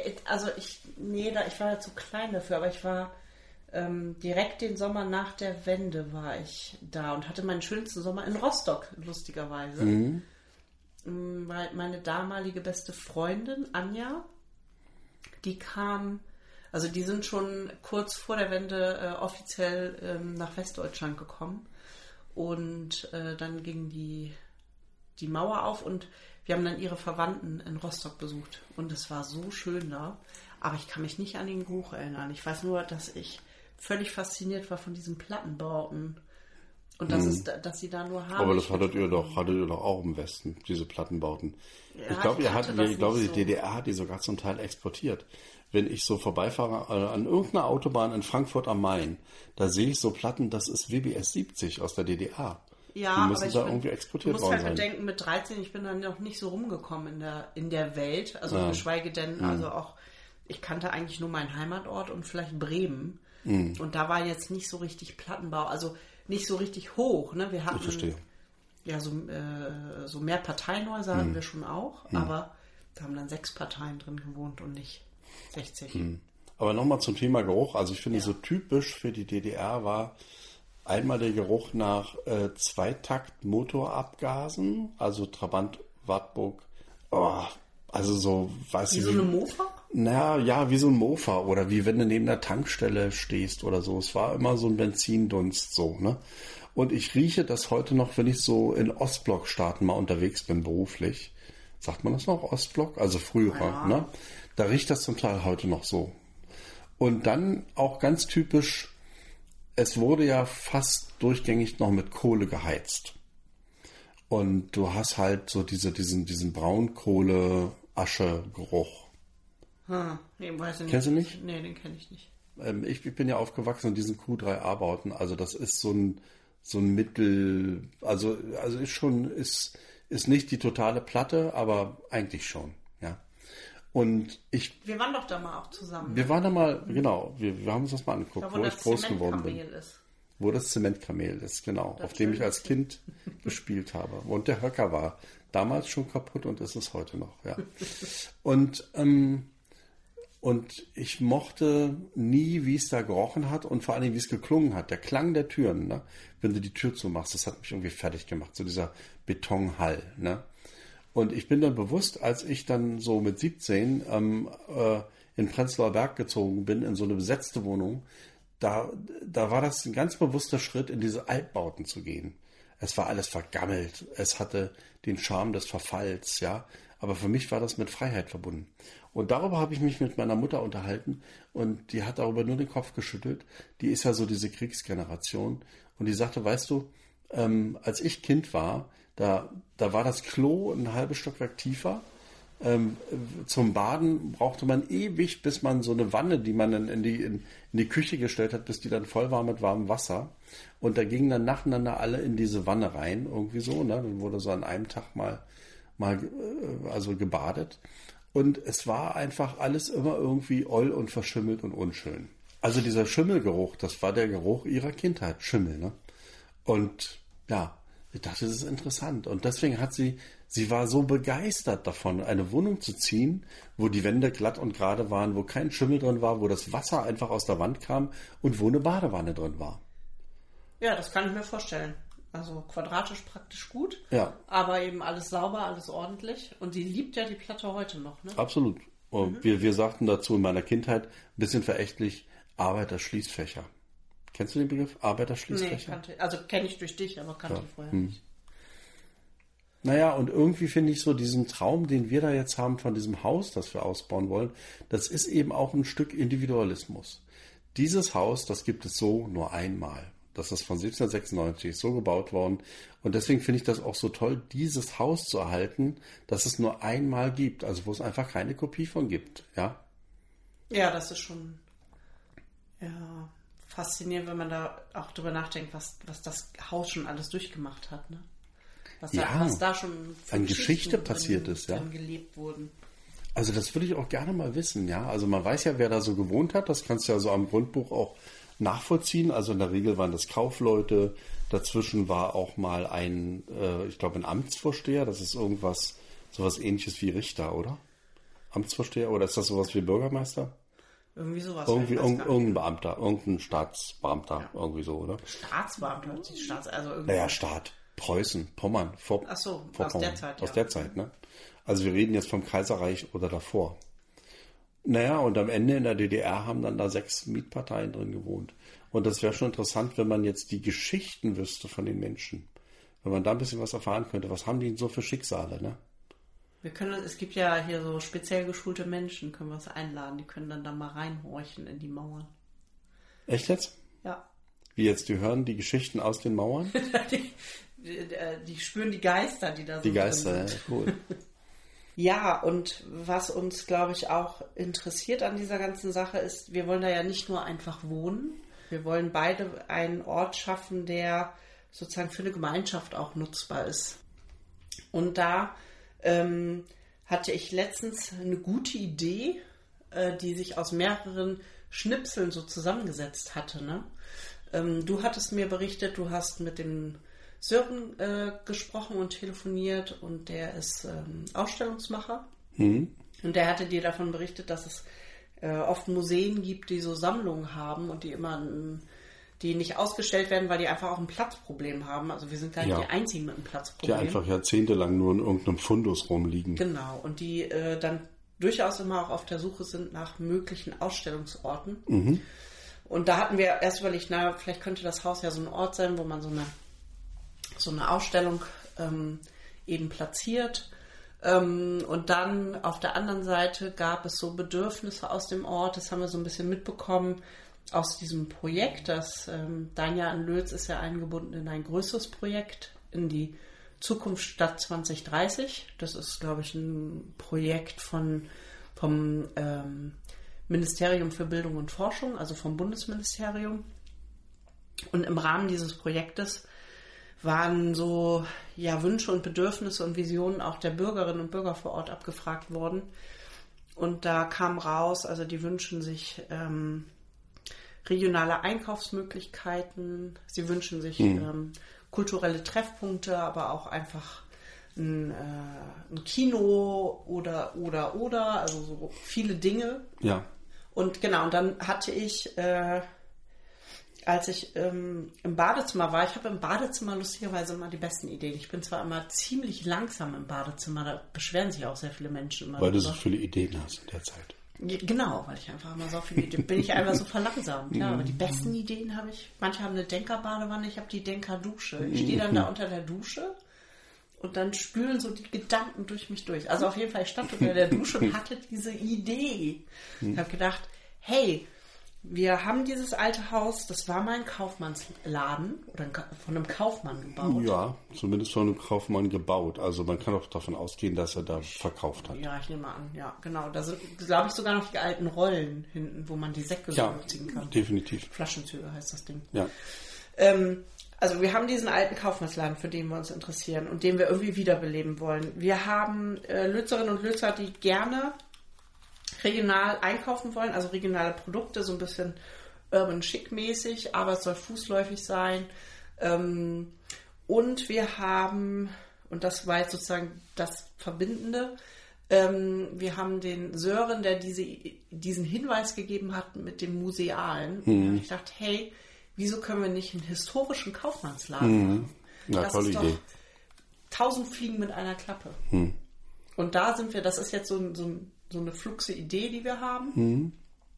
ich war ja zu klein dafür, aber ich war direkt den Sommer nach der Wende war ich da und hatte meinen schönsten Sommer in Rostock, lustigerweise. Weil meine damalige beste Freundin, Anja, die kam, also die sind schon kurz vor der Wende offiziell nach Westdeutschland gekommen und dann ging die Mauer auf und wir haben dann ihre Verwandten in Rostock besucht und es war so schön da, aber ich kann mich nicht an den Geruch erinnern. Ich weiß nur, dass ich völlig fasziniert war von diesen Plattenbauten und dass sie da nur haben. Aber das hattet ihr doch auch im Westen, diese Plattenbauten. Ja, ich glaube, die so. DDR hat die sogar zum Teil exportiert. Wenn ich so vorbeifahre an irgendeiner Autobahn in Frankfurt am Main, da sehe ich so Platten, das ist WBS 70 aus der DDR. Ja, die müssen aber da irgendwie exportiert worden sein. Du musst halt bedenken, mit 13, ich bin dann noch nicht so rumgekommen in der Welt, also geschweige denn, also auch, ich kannte eigentlich nur meinen Heimatort und vielleicht Bremen. Und da war jetzt nicht so richtig Plattenbau, also nicht so richtig hoch. Ne? Wir hatten Ich verstehe. Ja so mehr Parteienhäuser hatten wir schon auch, aber da haben dann 6 Parteien drin gewohnt und nicht 60. Aber nochmal zum Thema Geruch. Also ich finde, so typisch für die DDR war einmal der Geruch nach Zweitakt-Motorabgasen, also Trabant, Wartburg, also so, weiß ich Wie so eine Mofa? Ja, wie so ein Mofa oder wie wenn du neben der Tankstelle stehst oder so. Es war immer so ein Benzindunst so, ne? Und ich rieche das heute noch, wenn ich so in Ostblock-Staaten mal unterwegs bin, beruflich. Sagt man das noch, Ostblock? Also früher, ne? Da riecht das zum Teil heute noch so. Und dann auch ganz typisch, es wurde ja fast durchgängig noch mit Kohle geheizt. Und du hast halt so diesen Braunkohle-Asche-Geruch. Nee, weiß ich nicht. Kennst du nicht? Nee, den kenne ich nicht. Ich bin ja aufgewachsen in diesen Q3A-Bauten. Also das ist so ein Mittel, also ist nicht die totale Platte, aber eigentlich schon, ja. Und wir waren doch da mal auch zusammen. Wir waren da mal, genau, wir haben uns das mal angeguckt, da, wo ich groß geworden bin. Wo das Zementkamel ist, genau, auf dem ich als Kind gespielt habe. Und der Höcker war damals schon kaputt und ist es heute noch, ja. Und ich mochte nie, wie es da gerochen hat und vor allem, wie es geklungen hat. Der Klang der Türen, ne? Wenn du die Tür zumachst, das hat mich irgendwie fertig gemacht, so dieser Betonhall, ne? Und ich bin dann bewusst, als ich dann so mit 17 in Prenzlauer Berg gezogen bin, in so eine besetzte Wohnung, da war das ein ganz bewusster Schritt, in diese Altbauten zu gehen. Es war alles vergammelt, es hatte den Charme des Verfalls, ja. Aber für mich war das mit Freiheit verbunden. Und darüber habe ich mich mit meiner Mutter unterhalten und die hat darüber nur den Kopf geschüttelt. Die ist ja so diese Kriegsgeneration und die sagte, weißt du, als ich Kind war, da war das Klo ein halbes Stockwerk tiefer. Zum Baden brauchte man ewig, bis man so eine Wanne, die man dann in die Küche gestellt hat, bis die dann voll war mit warmem Wasser. Und da gingen dann nacheinander alle in diese Wanne rein, irgendwie so. Ne? Dann wurde so an einem Tag mal also gebadet. Und es war einfach alles immer irgendwie oll und verschimmelt und unschön. Also dieser Schimmelgeruch, das war der Geruch ihrer Kindheit, Schimmel. Ne? Und ja, ich dachte, das ist interessant. Und deswegen hat sie war so begeistert davon, eine Wohnung zu ziehen, wo die Wände glatt und gerade waren, wo kein Schimmel drin war, wo das Wasser einfach aus der Wand kam und wo eine Badewanne drin war. Ja, das kann ich mir vorstellen. Also quadratisch praktisch gut, ja. Aber eben alles sauber, alles ordentlich. Und sie liebt ja die Platte heute noch, ne? Absolut. Und wir sagten dazu in meiner Kindheit, ein bisschen verächtlich, Arbeiterschließfächer. Kennst du den Begriff Arbeiterschließfächer? Nee, kenne ich durch dich, aber kannte ich vorher nicht. Naja, und irgendwie finde ich so diesen Traum, den wir da jetzt haben von diesem Haus, das wir ausbauen wollen, das ist eben auch ein Stück Individualismus. Dieses Haus, das gibt es so nur einmal. Das ist von 1796 so gebaut worden. Und deswegen finde ich das auch so toll, dieses Haus zu erhalten, dass es nur einmal gibt. Also wo es einfach keine Kopie von gibt. Ja, ja, das ist schon faszinierend, wenn man da auch drüber nachdenkt, was das Haus schon alles durchgemacht hat. Ne? Was da schon an Geschichte passiert ist. Ja, gelebt wurden. Also das würde ich auch gerne mal wissen. Ja, also man weiß ja, wer da so gewohnt hat. Das kannst du ja so am Grundbuch auch nachvollziehen. Also in der Regel waren das Kaufleute. Dazwischen war auch mal ein Amtsvorsteher. Das ist sowas Ähnliches wie Richter, oder? Amtsvorsteher? Oder ist das sowas wie Bürgermeister? Irgendwie sowas. Irgendein Beamter, irgendein Staatsbeamter, irgendwie so, oder? Staatsbeamter? Staat. Preußen, Pommern. Aus der Zeit, ja. Aus der Zeit, ne? Also wir reden jetzt vom Kaiserreich oder davor. Naja, und am Ende in der DDR haben dann da 6 Mietparteien drin gewohnt. Und das wäre schon interessant, wenn man jetzt die Geschichten wüsste von den Menschen. Wenn man da ein bisschen was erfahren könnte. Was haben die denn so für Schicksale, ne? Es gibt ja hier so speziell geschulte Menschen, können wir uns einladen. Die können dann da mal reinhorchen in die Mauern. Echt jetzt? Ja. Wie jetzt, die hören die Geschichten aus den Mauern? Die spüren die Geister, die da so die Geister, ja, cool. Ja, und was uns, glaube ich, auch interessiert an dieser ganzen Sache ist, wir wollen da ja nicht nur einfach wohnen, wir wollen beide einen Ort schaffen, der sozusagen für eine Gemeinschaft auch nutzbar ist. Und da hatte ich letztens eine gute Idee, die sich aus mehreren Schnipseln so zusammengesetzt hatte. Ne? Du hattest mir berichtet, du hast mit dem Sören gesprochen und telefoniert und der ist Ausstellungsmacher. Und der hatte dir davon berichtet, dass es oft Museen gibt, die so Sammlungen haben und die nicht ausgestellt werden, weil die einfach auch ein Platzproblem haben. Also wir sind gar nicht die Einzigen mit einem Platzproblem. Die einfach jahrzehntelang nur in irgendeinem Fundus rumliegen. Genau, und die dann durchaus immer auch auf der Suche sind nach möglichen Ausstellungsorten. Und da hatten wir erst überlegt, vielleicht könnte das Haus ja so ein Ort sein, wo man so eine Ausstellung eben platziert. Und dann auf der anderen Seite gab es so Bedürfnisse aus dem Ort, das haben wir so ein bisschen mitbekommen aus diesem Projekt. Das Dein Jahr in Lötz ist ja eingebunden in ein größeres Projekt, in die Zukunftsstadt 2030. Das ist, glaube ich, ein Projekt vom Ministerium für Bildung und Forschung, also vom Bundesministerium. Und im Rahmen dieses Projektes waren so Wünsche und Bedürfnisse und Visionen auch der Bürgerinnen und Bürger vor Ort abgefragt worden. Und da kam raus, also die wünschen sich regionale Einkaufsmöglichkeiten, sie wünschen sich kulturelle Treffpunkte, aber auch einfach ein Kino oder, also so viele Dinge. Ja. Und genau, und dann hatte ich, als ich im Badezimmer war, ich habe im Badezimmer lustigerweise immer die besten Ideen. Ich bin zwar immer ziemlich langsam im Badezimmer, da beschweren sich auch sehr viele Menschen immer. Weil du so viele Ideen hast in der Zeit. Genau, weil ich einfach immer so viele Ideen, bin ich einfach so verlangsamt. Ja, aber die besten Ideen habe ich, manche haben eine Denkerbadewanne, ich habe die Denkerdusche. Ich stehe dann da unter der Dusche und dann spülen so die Gedanken durch mich durch. Also auf jeden Fall, ich stand unter der Dusche und hatte diese Idee. Ich habe gedacht, hey, wir haben dieses alte Haus, das war mal ein Kaufmannsladen oder von einem Kaufmann gebaut. Ja, zumindest von einem Kaufmann gebaut. Also man kann auch davon ausgehen, dass er da verkauft hat. Ja, ich nehme an, ja, genau. Da sind, glaube ich, sogar noch die alten Rollen hinten, wo man die Säcke so ziehen kann. Definitiv. Flaschenzüge heißt das Ding. Ja. Also wir haben diesen alten Kaufmannsladen, für den wir uns interessieren und den wir irgendwie wiederbeleben wollen. Wir haben Lützerinnen und Lützer, die gerne regional einkaufen wollen, also regionale Produkte, so ein bisschen urban chic mäßig, aber es soll fußläufig sein. Und wir haben, und das war jetzt sozusagen das Verbindende, wir haben den Sören, der diesen Hinweis gegeben hat mit dem Musealen. Und ich dachte, hey, wieso können wir nicht einen historischen Kaufmannsladen machen? Na, das tolle ist Idee. doch 1000 Fliegen mit einer Klappe. Und da sind wir, das ist jetzt so eine fluxe Idee, die wir haben,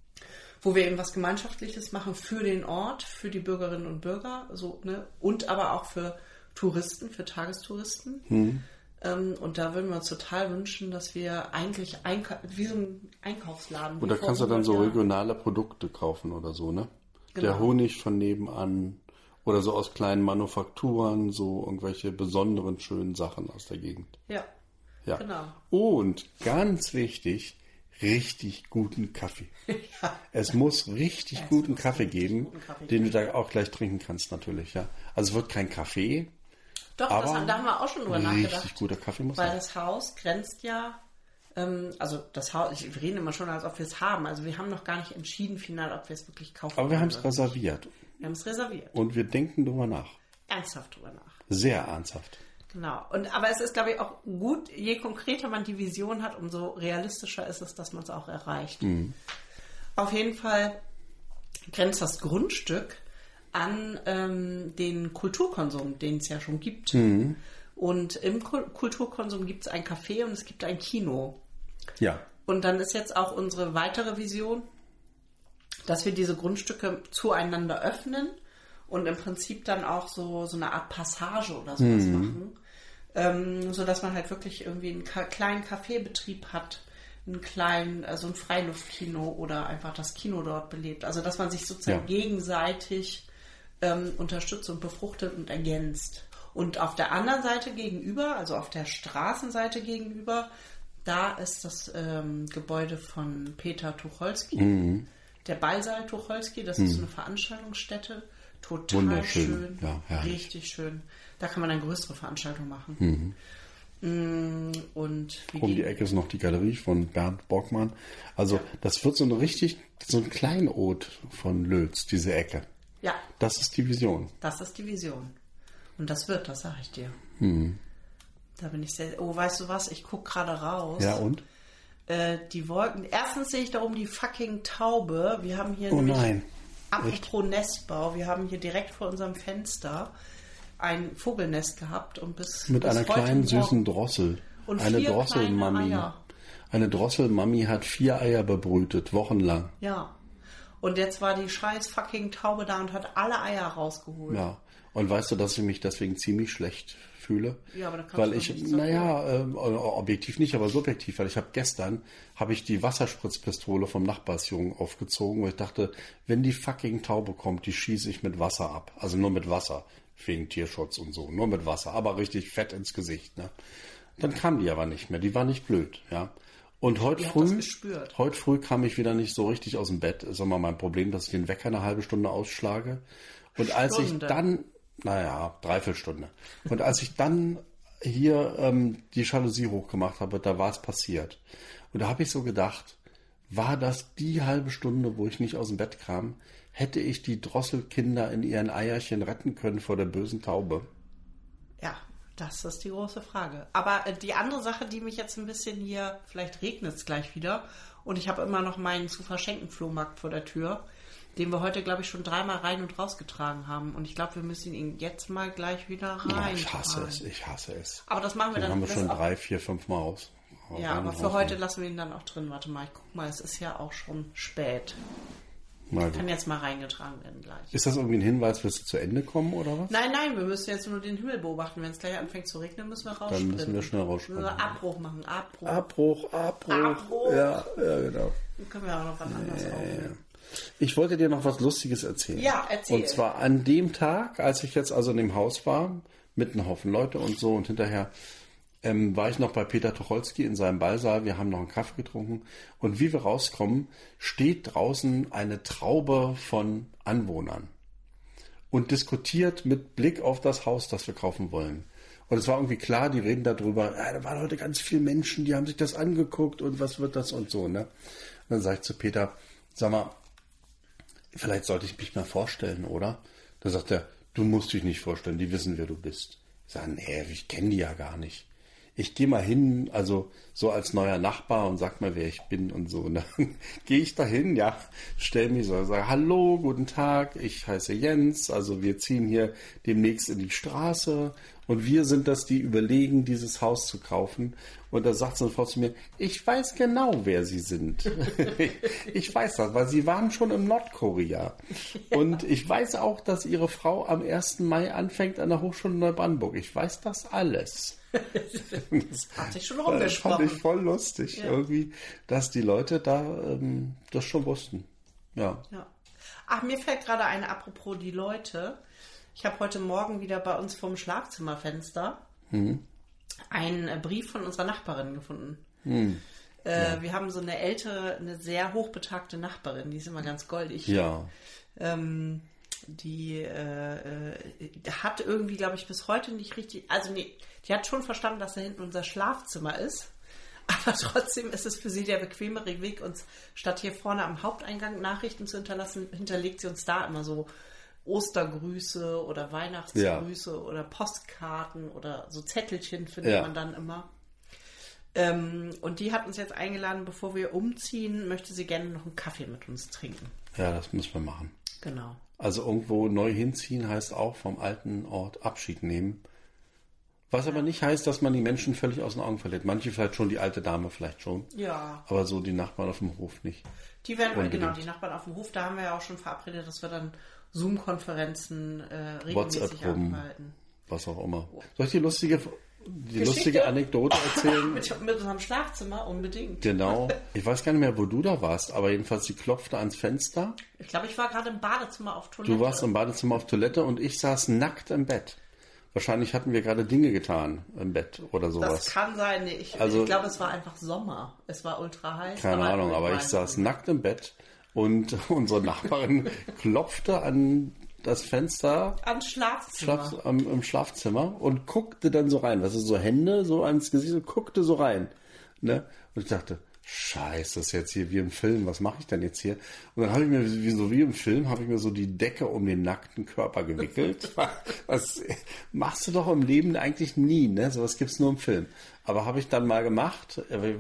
wo wir eben was Gemeinschaftliches machen für den Ort, für die Bürgerinnen und Bürger, so, ne? Und aber auch für Touristen, für Tagestouristen. Und da würden wir uns total wünschen, dass wir eigentlich wie so ein Einkaufsladen. Und da kannst du dann so regionale Produkte kaufen oder so, ne? Genau. Der Honig von nebenan oder so aus kleinen Manufakturen, so irgendwelche besonderen, schönen Sachen aus der Gegend. Ja. Ja, genau. Und ganz wichtig, richtig guten Kaffee. Ja. Es muss richtig guten Kaffee geben, den du da auch gleich trinken kannst natürlich. Ja, also es wird kein Kaffee. Doch, da haben wir auch schon drüber nachgedacht. Richtig guter Kaffee muss sein. Weil das Haus grenzt ja, also das Haus, wir reden immer schon, als ob wir es haben. Also wir haben noch gar nicht entschieden final, ob wir es wirklich kaufen. Aber wir haben es reserviert. Wir haben es reserviert. Und wir denken drüber nach. Ernsthaft drüber nach. Sehr ernsthaft. Genau. Aber es ist, glaube ich, auch gut, je konkreter man die Vision hat, umso realistischer ist es, dass man es auch erreicht. Auf jeden Fall grenzt das Grundstück an den Kulturkonsum, den es ja schon gibt. Und im Kulturkonsum gibt es ein Café und es gibt ein Kino. Ja. Und dann ist jetzt auch unsere weitere Vision, dass wir diese Grundstücke zueinander öffnen und im Prinzip dann auch so eine Art Passage oder sowas machen. Sodass man halt wirklich irgendwie einen kleinen Kaffeebetrieb hat, einen kleinen, also ein Freiluftkino oder einfach das Kino dort belebt. Also dass man sich sozusagen gegenseitig unterstützt und befruchtet und ergänzt. Und auf der anderen Seite gegenüber, also auf der Straßenseite gegenüber, da ist das Gebäude von Peter Tucholsky, der Ballsaal Tucholsky, das ist so eine Veranstaltungsstätte. Total schön, ja, richtig schön. Da kann man eine größere Veranstaltung machen. Und um die Ecke ist noch die Galerie von Bernd Bockmann. Also das wird so ein Kleinod von Lötz, diese Ecke. Ja. Das ist die Vision. Das ist die Vision. Und das sage ich dir. Da bin ich sehr... Oh, weißt du was? Ich gucke gerade raus. Ja, und? Die Wolken... Erstens sehe ich da oben die fucking Taube. Wir haben hier... Oh nein. Apropos Nestbau, wir haben hier direkt vor unserem Fenster ein Vogelnest gehabt und mit einer kleinen süßen Drossel. Und eine Drosselmami. Eine Drosselmami hat 4 Eier bebrütet, wochenlang. Ja. Und jetzt war die scheiß fucking Taube da und hat alle Eier rausgeholt. Ja. Und weißt du, dass ich mich deswegen ziemlich schlecht fühle? Ja, aber da kannst weil du ich, objektiv nicht, aber subjektiv, weil gestern habe ich die Wasserspritzpistole vom Nachbarsjungen aufgezogen, weil ich dachte, wenn die fucking Taube kommt, die schieße ich mit Wasser ab. Also nur mit Wasser, wegen Tierschutz und so, nur mit Wasser, aber richtig fett ins Gesicht. Ne? Dann kam die aber nicht mehr, die war nicht blöd, ja. Und heute früh kam ich wieder nicht so richtig aus dem Bett. Ist immer mein Problem, dass ich den Wecker eine halbe Stunde ausschlage. Und als ich dann, Dreiviertelstunde. Und als ich dann hier die Jalousie hochgemacht habe, da war es passiert. Und da habe ich so gedacht, war das die halbe Stunde, wo ich nicht aus dem Bett kam, hätte ich die Drosselkinder in ihren Eierchen retten können vor der bösen Taube? Ja, das ist die große Frage. Aber die andere Sache, die mich jetzt ein bisschen hier, vielleicht regnet es gleich wieder, und ich habe immer noch meinen zu verschenken Flohmarkt vor der Tür, den wir heute, glaube ich, schon 3-mal rein und rausgetragen haben. Und ich glaube, wir müssen ihn jetzt mal gleich wieder rein. Ich hasse es. Aber das machen wir dann. Den haben wir schon 3, 4, 5 Mal aus. Ja, aber für heute lassen wir ihn dann auch drin. Warte mal, ich guck mal, es ist ja auch schon spät. Kann jetzt mal reingetragen werden gleich. Ist das irgendwie ein Hinweis, wirst du zu Ende kommen oder was? Nein, wir müssen jetzt nur den Himmel beobachten. Wenn es gleich anfängt zu regnen, müssen wir rausspringen. Dann müssen wir schnell rausspringen. Abbruch machen, Abbruch. Ja, genau. Dann können wir auch noch was anderes aufnehmen. Ich wollte dir noch was Lustiges erzählen. Ja, erzähl. Und zwar an dem Tag, als ich jetzt also in dem Haus war, mit einem Haufen Leute und so, und hinterher war ich noch bei Peter Tucholsky in seinem Ballsaal. Wir haben noch einen Kaffee getrunken. Und wie wir rauskommen, steht draußen eine Traube von Anwohnern und diskutiert mit Blick auf das Haus, das wir kaufen wollen. Und es war irgendwie klar, die reden darüber, da waren heute ganz viele Menschen, die haben sich das angeguckt und was wird das und so. Ne? Und dann sage ich zu Peter, sag mal, vielleicht sollte ich mich mal vorstellen, oder? Da sagt er, du musst dich nicht vorstellen, die wissen, wer du bist. Ich sage, nee, ich kenne die ja gar nicht. Ich gehe mal hin, also so als neuer Nachbar und sag mal, wer ich bin und so. Und dann gehe ich da hin, ja, stell mich so, sage, hallo, guten Tag, ich heiße Jens, also wir ziehen hier demnächst in die Straße und wir sind das, die überlegen, dieses Haus zu kaufen. Und da sagt so eine Frau zu mir, ich weiß genau, wer Sie sind. Ich weiß das, weil Sie waren schon in Nordkorea. Ja. Und ich weiß auch, dass Ihre Frau am 1. Mai anfängt an der Hochschule Neubrandenburg. Ich weiß das alles. Das hat sich schon rumgesprochen. Fand ich voll lustig, irgendwie, dass die Leute da das schon wussten. Ja. Ach, mir fällt gerade ein, apropos die Leute. Ich habe heute Morgen wieder bei uns vorm Schlafzimmerfenster einen Brief von unserer Nachbarin gefunden. Wir haben so eine ältere, eine sehr hochbetagte Nachbarin, die ist immer ganz goldig. Ja. Die hat irgendwie, glaube ich, bis heute nicht richtig, also nee, die hat schon verstanden, dass da hinten unser Schlafzimmer ist, aber trotzdem ist es für sie der bequemere Weg, uns statt hier vorne am Haupteingang Nachrichten zu hinterlassen, hinterlegt sie uns da immer so Ostergrüße oder Weihnachtsgrüße oder Postkarten oder so Zettelchen findet man dann immer. Und die hat uns jetzt eingeladen, bevor wir umziehen, möchte sie gerne noch einen Kaffee mit uns trinken. Ja, das müssen wir machen. Genau. Also irgendwo neu hinziehen heißt auch vom alten Ort Abschied nehmen. Was aber nicht heißt, dass man die Menschen völlig aus den Augen verliert. Manche vielleicht schon, die alte Dame vielleicht schon. Ja. Aber so die Nachbarn auf dem Hof nicht. Die werden, genau, die Nachbarn auf dem Hof, da haben wir ja auch schon verabredet, dass wir dann Zoom-Konferenzen regelmäßig abhalten. Was auch immer. Soll ich die lustige Anekdote erzählen? mit unserem Schlafzimmer unbedingt. Genau. Ich weiß gar nicht mehr, wo du da warst, aber jedenfalls, sie klopfte ans Fenster. Ich glaube, ich war gerade im Badezimmer auf Toilette. Du warst im Badezimmer auf Toilette und ich saß nackt im Bett. Wahrscheinlich hatten wir gerade Dinge getan im Bett oder sowas. Das kann sein. Ich glaube, es war einfach Sommer. Es war ultra heiß. Keine Ahnung, aber ich saß nackt im Bett und unsere Nachbarin klopfte an das Fenster ans Schlafzimmer. Im Schlafzimmer und guckte dann so rein. Was ist so Hände so ans Gesicht und guckte so rein. Ne? Und ich dachte, Scheiße, das ist jetzt hier wie im Film, was mache ich denn jetzt hier? Und dann habe ich mir, wie im Film, habe ich mir so die Decke um den nackten Körper gewickelt. Was machst du doch im Leben eigentlich nie, ne? Sowas gibt's nur im Film. Aber habe ich dann mal gemacht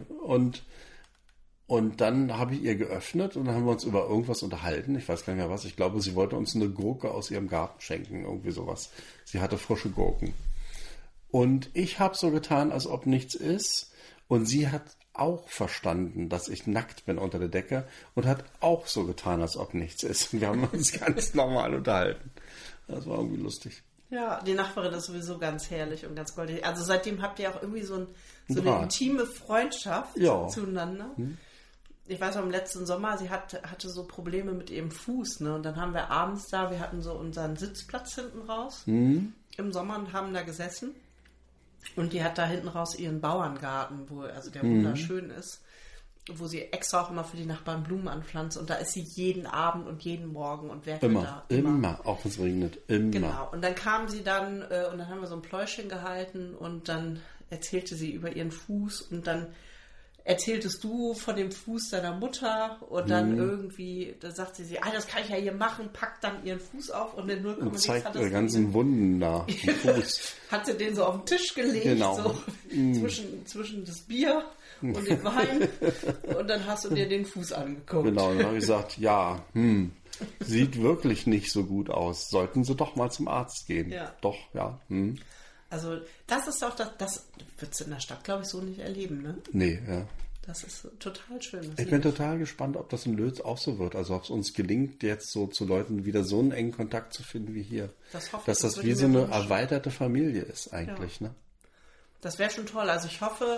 und dann habe ich ihr geöffnet und dann haben wir uns über irgendwas unterhalten. Ich weiß gar nicht mehr was. Ich glaube, sie wollte uns eine Gurke aus ihrem Garten schenken, irgendwie sowas. Sie hatte frische Gurken. Und ich habe so getan, als ob nichts ist. Und sie hat auch verstanden, dass ich nackt bin unter der Decke und hat auch so getan, als ob nichts ist. Und wir haben uns ganz normal unterhalten. Das war irgendwie lustig. Ja, die Nachbarin ist sowieso ganz herrlich und ganz goldig. Also seitdem habt ihr auch irgendwie so eine intime Freundschaft zueinander. Ich weiß noch, im letzten Sommer, sie hatte so Probleme mit ihrem Fuß, ne? Und dann haben wir abends wir hatten so unseren Sitzplatz hinten raus im Sommer und haben da gesessen. Und die hat da hinten raus ihren Bauerngarten, der wunderschön ist, wo sie extra auch immer für die Nachbarn Blumen anpflanzt. Und da ist sie jeden Abend und jeden Morgen und werkelt da. Immer, auch wenn es regnet, immer. Genau. Und dann kam sie dann und dann haben wir so ein Pläuschchen gehalten und dann erzählte sie über ihren Fuß und dann erzähltest du von dem Fuß deiner Mutter und dann irgendwie, da sagte sie, das kann ich ja hier machen, packt dann ihren Fuß auf und in 0,6 und zeigt ihre ganzen Wunden da im Fuß. Hat sie den so auf den Tisch gelegt, genau. So zwischen das Bier und den Wein und dann hast du dir den Fuß angeguckt. Genau, und dann habe ich gesagt, sieht wirklich nicht so gut aus. Sollten Sie doch mal zum Arzt gehen. Ja. Doch, ja. Also das ist doch das wird es in der Stadt, glaube ich, so nicht erleben, ne? Nee, ja. Das ist total schön. Ich bin total gespannt, ob das in Lötz auch so wird. Also ob es uns gelingt, jetzt so zu Leuten wieder so einen engen Kontakt zu finden wie hier. Dass das wie so eine erweiterte Familie ist eigentlich. Ja. Ne? Das wäre schon toll. Also ich hoffe,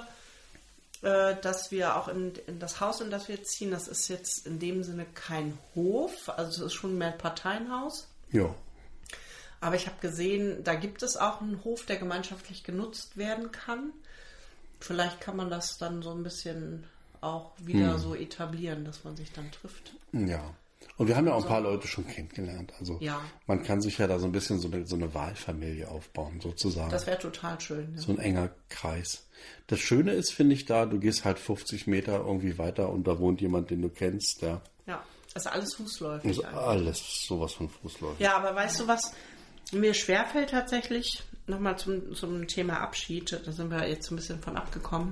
dass wir auch in das Haus, in das wir ziehen, das ist jetzt in dem Sinne kein Hof. Also es ist schon mehr ein Parteienhaus. Ja. Aber ich habe gesehen, da gibt es auch einen Hof, der gemeinschaftlich genutzt werden kann. Vielleicht kann man das dann so ein bisschen auch wieder so etablieren, dass man sich dann trifft. Ja. Und wir haben ja auch ein paar Leute schon kennengelernt. Also man kann sich ja da so ein bisschen so eine Wahlfamilie aufbauen, sozusagen. Das wäre total schön. Ja. So ein enger Kreis. Das Schöne ist, finde ich, du gehst halt 50 Meter irgendwie weiter und da wohnt jemand, den du kennst. Ja, das ist alles fußläufig. Das ist alles sowas von fußläufig. Ja, aber weißt du, was mir schwerfällt tatsächlich? Nochmal zum Thema Abschied, da sind wir jetzt ein bisschen von abgekommen.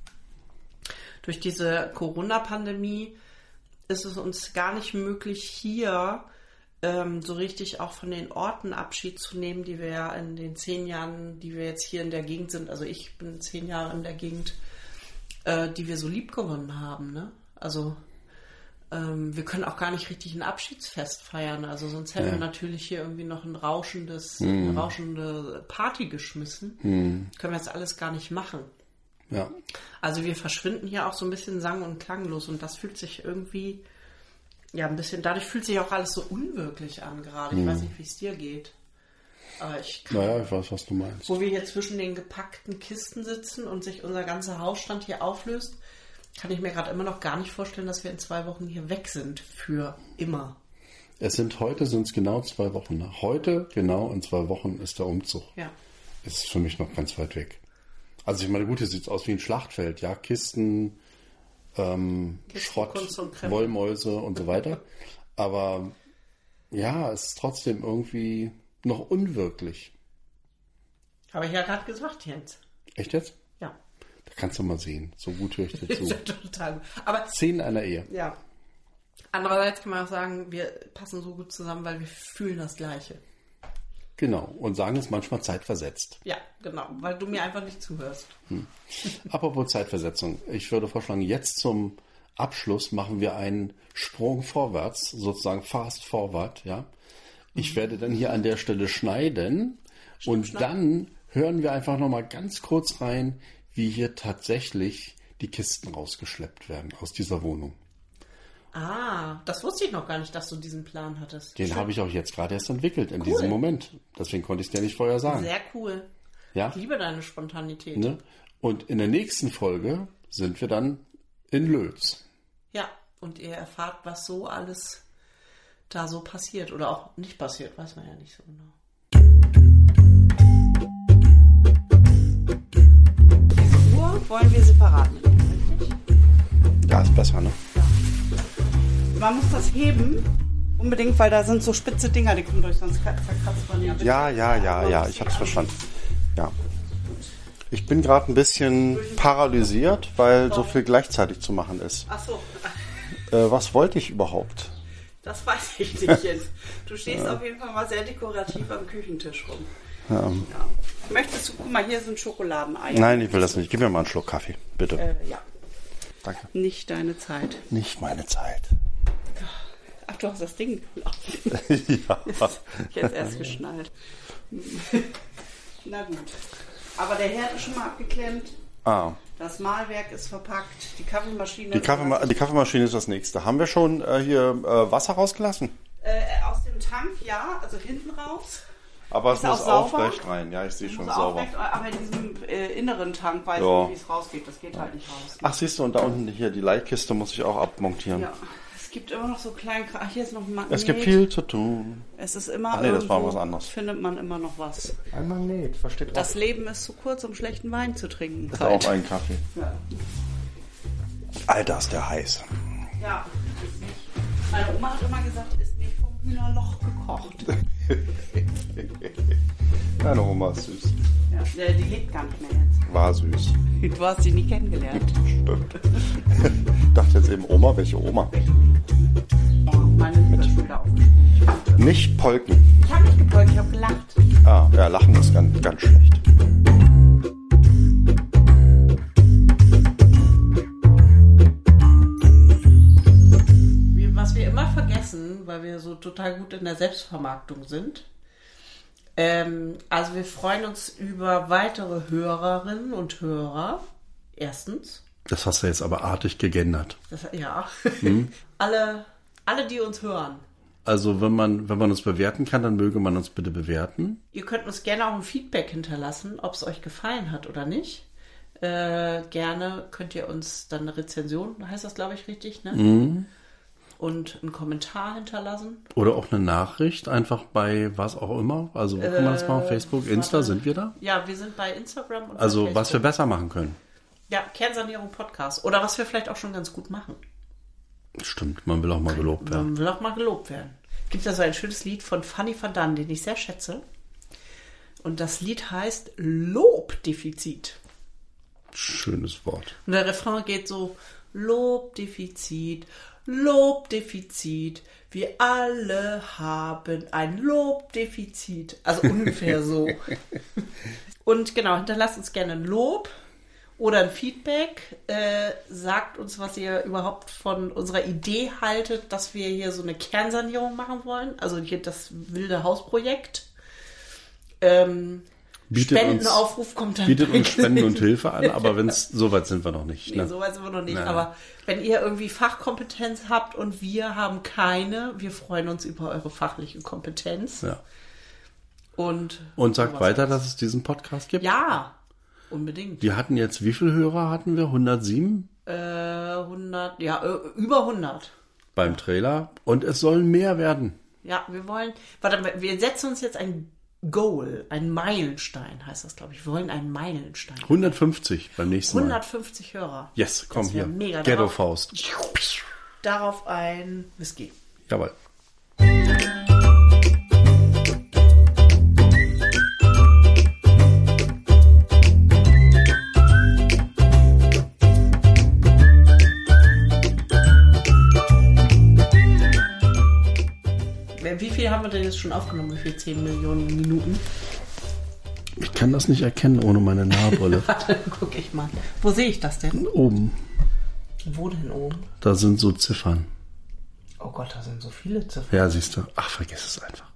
Durch diese Corona-Pandemie ist es uns gar nicht möglich, hier so richtig auch von den Orten Abschied zu nehmen, die wir ja in den 10 Jahren, die wir jetzt hier in der Gegend sind, also ich bin 10 Jahre in der Gegend, die wir so lieb gewonnen haben. Ne? Also wir können auch gar nicht richtig ein Abschiedsfest feiern. Also sonst hätten wir natürlich hier irgendwie noch eine rauschende Party geschmissen. Können wir jetzt alles gar nicht machen. Ja. Also wir verschwinden hier auch so ein bisschen sang- und klanglos und das fühlt sich irgendwie, ein bisschen, dadurch fühlt sich auch alles so unwirklich an gerade. Ich weiß nicht, wie es dir geht. Aber ich weiß, was du meinst. Wo wir hier zwischen den gepackten Kisten sitzen und sich unser ganzer Hausstand hier auflöst, kann ich mir gerade immer noch gar nicht vorstellen, dass wir in 2 Wochen hier weg sind. Für immer. Heute sind es genau 2 Wochen. Ne? Heute, genau in 2 Wochen, ist der Umzug. Ja. Ist für mich noch ganz weit weg. Also ich meine, gut, hier sieht es aus wie ein Schlachtfeld. Ja, Kisten, Schrott, Wollmäuse und so weiter. Aber ja, es ist trotzdem irgendwie noch unwirklich. Habe ich ja gerade gesagt, Jens. Echt jetzt? Ja. Da kannst du mal sehen. So gut höre ich dir zu. Total gut. Aber 10 einer Ehe. Ja. Andererseits kann man auch sagen, wir passen so gut zusammen, weil wir fühlen das Gleiche. Genau. Und sagen es manchmal zeitversetzt. Ja, genau. Weil du mir einfach nicht zuhörst. Apropos Zeitversetzung. Ich würde vorschlagen, jetzt zum Abschluss machen wir einen Sprung vorwärts, sozusagen fast forward, ja. Ich werde dann hier an der Stelle schneiden und dann hören wir einfach nochmal ganz kurz rein, wie hier tatsächlich die Kisten rausgeschleppt werden aus dieser Wohnung. Ah, das wusste ich noch gar nicht, dass du diesen Plan hattest. Den habe ich auch jetzt gerade erst entwickelt, in diesem Moment. Deswegen konnte ich es dir nicht vorher sagen. Sehr cool. Ja? Ich liebe deine Spontanität. Ne? Und in der nächsten Folge sind wir dann in Lötz. Ja, und ihr erfahrt, was so alles da so passiert. Oder auch nicht passiert, weiß man ja nicht so genau. Diese Uhr wollen wir separat nehmen, richtig? Ja, ist besser, ne? Man muss das heben, unbedingt, weil da sind so spitze Dinger, die kommen durch, sonst verkratzt man ja. Ja, ich hab's verstanden. Ja. Ich bin gerade ein bisschen paralysiert, weil so viel gleichzeitig zu machen ist. Ach so. Was wollte ich überhaupt? Das weiß ich nicht jetzt. Du stehst auf jeden Fall mal sehr dekorativ am Küchentisch rum. Ja. Möchtest du, guck mal, hier sind Schokoladeneier. Nein, ich will das nicht. Gib mir mal einen Schluck Kaffee, bitte. Ja. Danke. Nicht deine Zeit. Nicht meine Zeit. Ach, du hast das Ding Ja. Jetzt erst geschnallt. Na gut. Aber der Herd ist schon mal abgeklemmt. Das Mahlwerk ist verpackt. Die Kaffeemaschine... Die Kaffeemaschine ist das nächste. Haben wir schon hier Wasser rausgelassen? Aus dem Tank, ja. Also hinten raus. Aber es muss aufrecht rein. Ja, ich sehe schon sauber. Aber in diesem inneren Tank weiß ich nicht, wie es rausgeht. Das geht halt nicht raus. Ach, siehst du, und da unten hier die Leihkiste muss ich auch abmontieren. Ja. Es gibt immer noch so kleinen... Ach, hier ist noch ein Magnet. Es gibt viel zu tun. Es ist immer das war was anderes. Findet man immer noch was. Ein Magnet, versteht man. Das Leben ist zu kurz, um schlechten Wein zu trinken. Das ist auch ein Kaffee. Ja. Alter, ist der heiß. Ja, ist nicht. Meine Oma hat immer gesagt, ist nicht vom Hühnerloch gekocht. Deine Oma ist süß. Ja, die lebt gar nicht mehr jetzt. War süß. Du hast sie nie kennengelernt. Stimmt. Ich dachte jetzt eben Oma. Welche Oma? Ja, meine Lieblingsbilder aufgeschrieben. Nicht polken. Ich habe nicht gepolkt, ich habe gelacht. Ja, Lachen ist ganz schlecht. machen, weil wir so total gut in der Selbstvermarktung sind. Also wir freuen uns über weitere Hörerinnen und Hörer. Erstens. Das hast du jetzt aber artig gegendert. Ja. Alle, die uns hören. Also wenn man uns bewerten kann, dann möge man uns bitte bewerten. Ihr könnt uns gerne auch ein Feedback hinterlassen, ob es euch gefallen hat oder nicht. Gerne könnt ihr uns dann eine Rezension, heißt das glaube ich richtig, ne? Und einen Kommentar hinterlassen. Oder auch eine Nachricht, einfach bei was auch immer. Also wo kann man das machen? Facebook, Insta, sind wir da? Ja, wir sind bei Instagram und also bei Facebook. Was wir besser machen können. Ja, Kernsanierung Podcast. Oder was wir vielleicht auch schon ganz gut machen. Stimmt, man will auch mal gelobt werden. Man will auch mal gelobt werden. Es gibt ja so ein schönes Lied von Fanny van Dan, den ich sehr schätze. Und das Lied heißt Lobdefizit. Schönes Wort. Und der Refrain geht so: Lobdefizit, Lobdefizit, wir alle haben ein Lobdefizit. Also ungefähr so. Und genau, hinterlasst uns gerne ein Lob oder ein Feedback. Sagt uns, was ihr überhaupt von unserer Idee haltet, dass wir hier so eine Kernsanierung machen wollen. Also hier das wilde Hausprojekt. Spendenaufruf kommt dann. Bietet uns Spenden und Hilfe an, aber so weit sind wir noch nicht. Nee, so weit sind wir noch nicht. Nein. Aber wenn ihr irgendwie Fachkompetenz habt und wir haben keine, wir freuen uns über eure fachliche Kompetenz. Ja. Und sagt weiter, dass es diesen Podcast gibt. Ja, unbedingt. Wir hatten jetzt, wie viele Hörer hatten wir? 107? 100, ja, über 100. Beim Trailer. Und es sollen mehr werden. Ja, wir setzen uns jetzt ein Goal, ein Meilenstein heißt das, glaube ich. Wir wollen einen Meilenstein. 150 beim nächsten Mal. 150 Hörer. Yes, komm hier. Mega. Ghetto-Faust. Darauf ein Whisky. Jawohl. Wie viel haben wir denn jetzt schon aufgenommen? Wie viel? 10 Millionen Minuten? Ich kann das nicht erkennen ohne meine Nahbrille. Warte, dann gucke ich mal. Wo sehe ich das denn? Oben. Wo denn oben? Da sind so Ziffern. Oh Gott, da sind so viele Ziffern. Ja, siehst du. Ach, vergiss es einfach.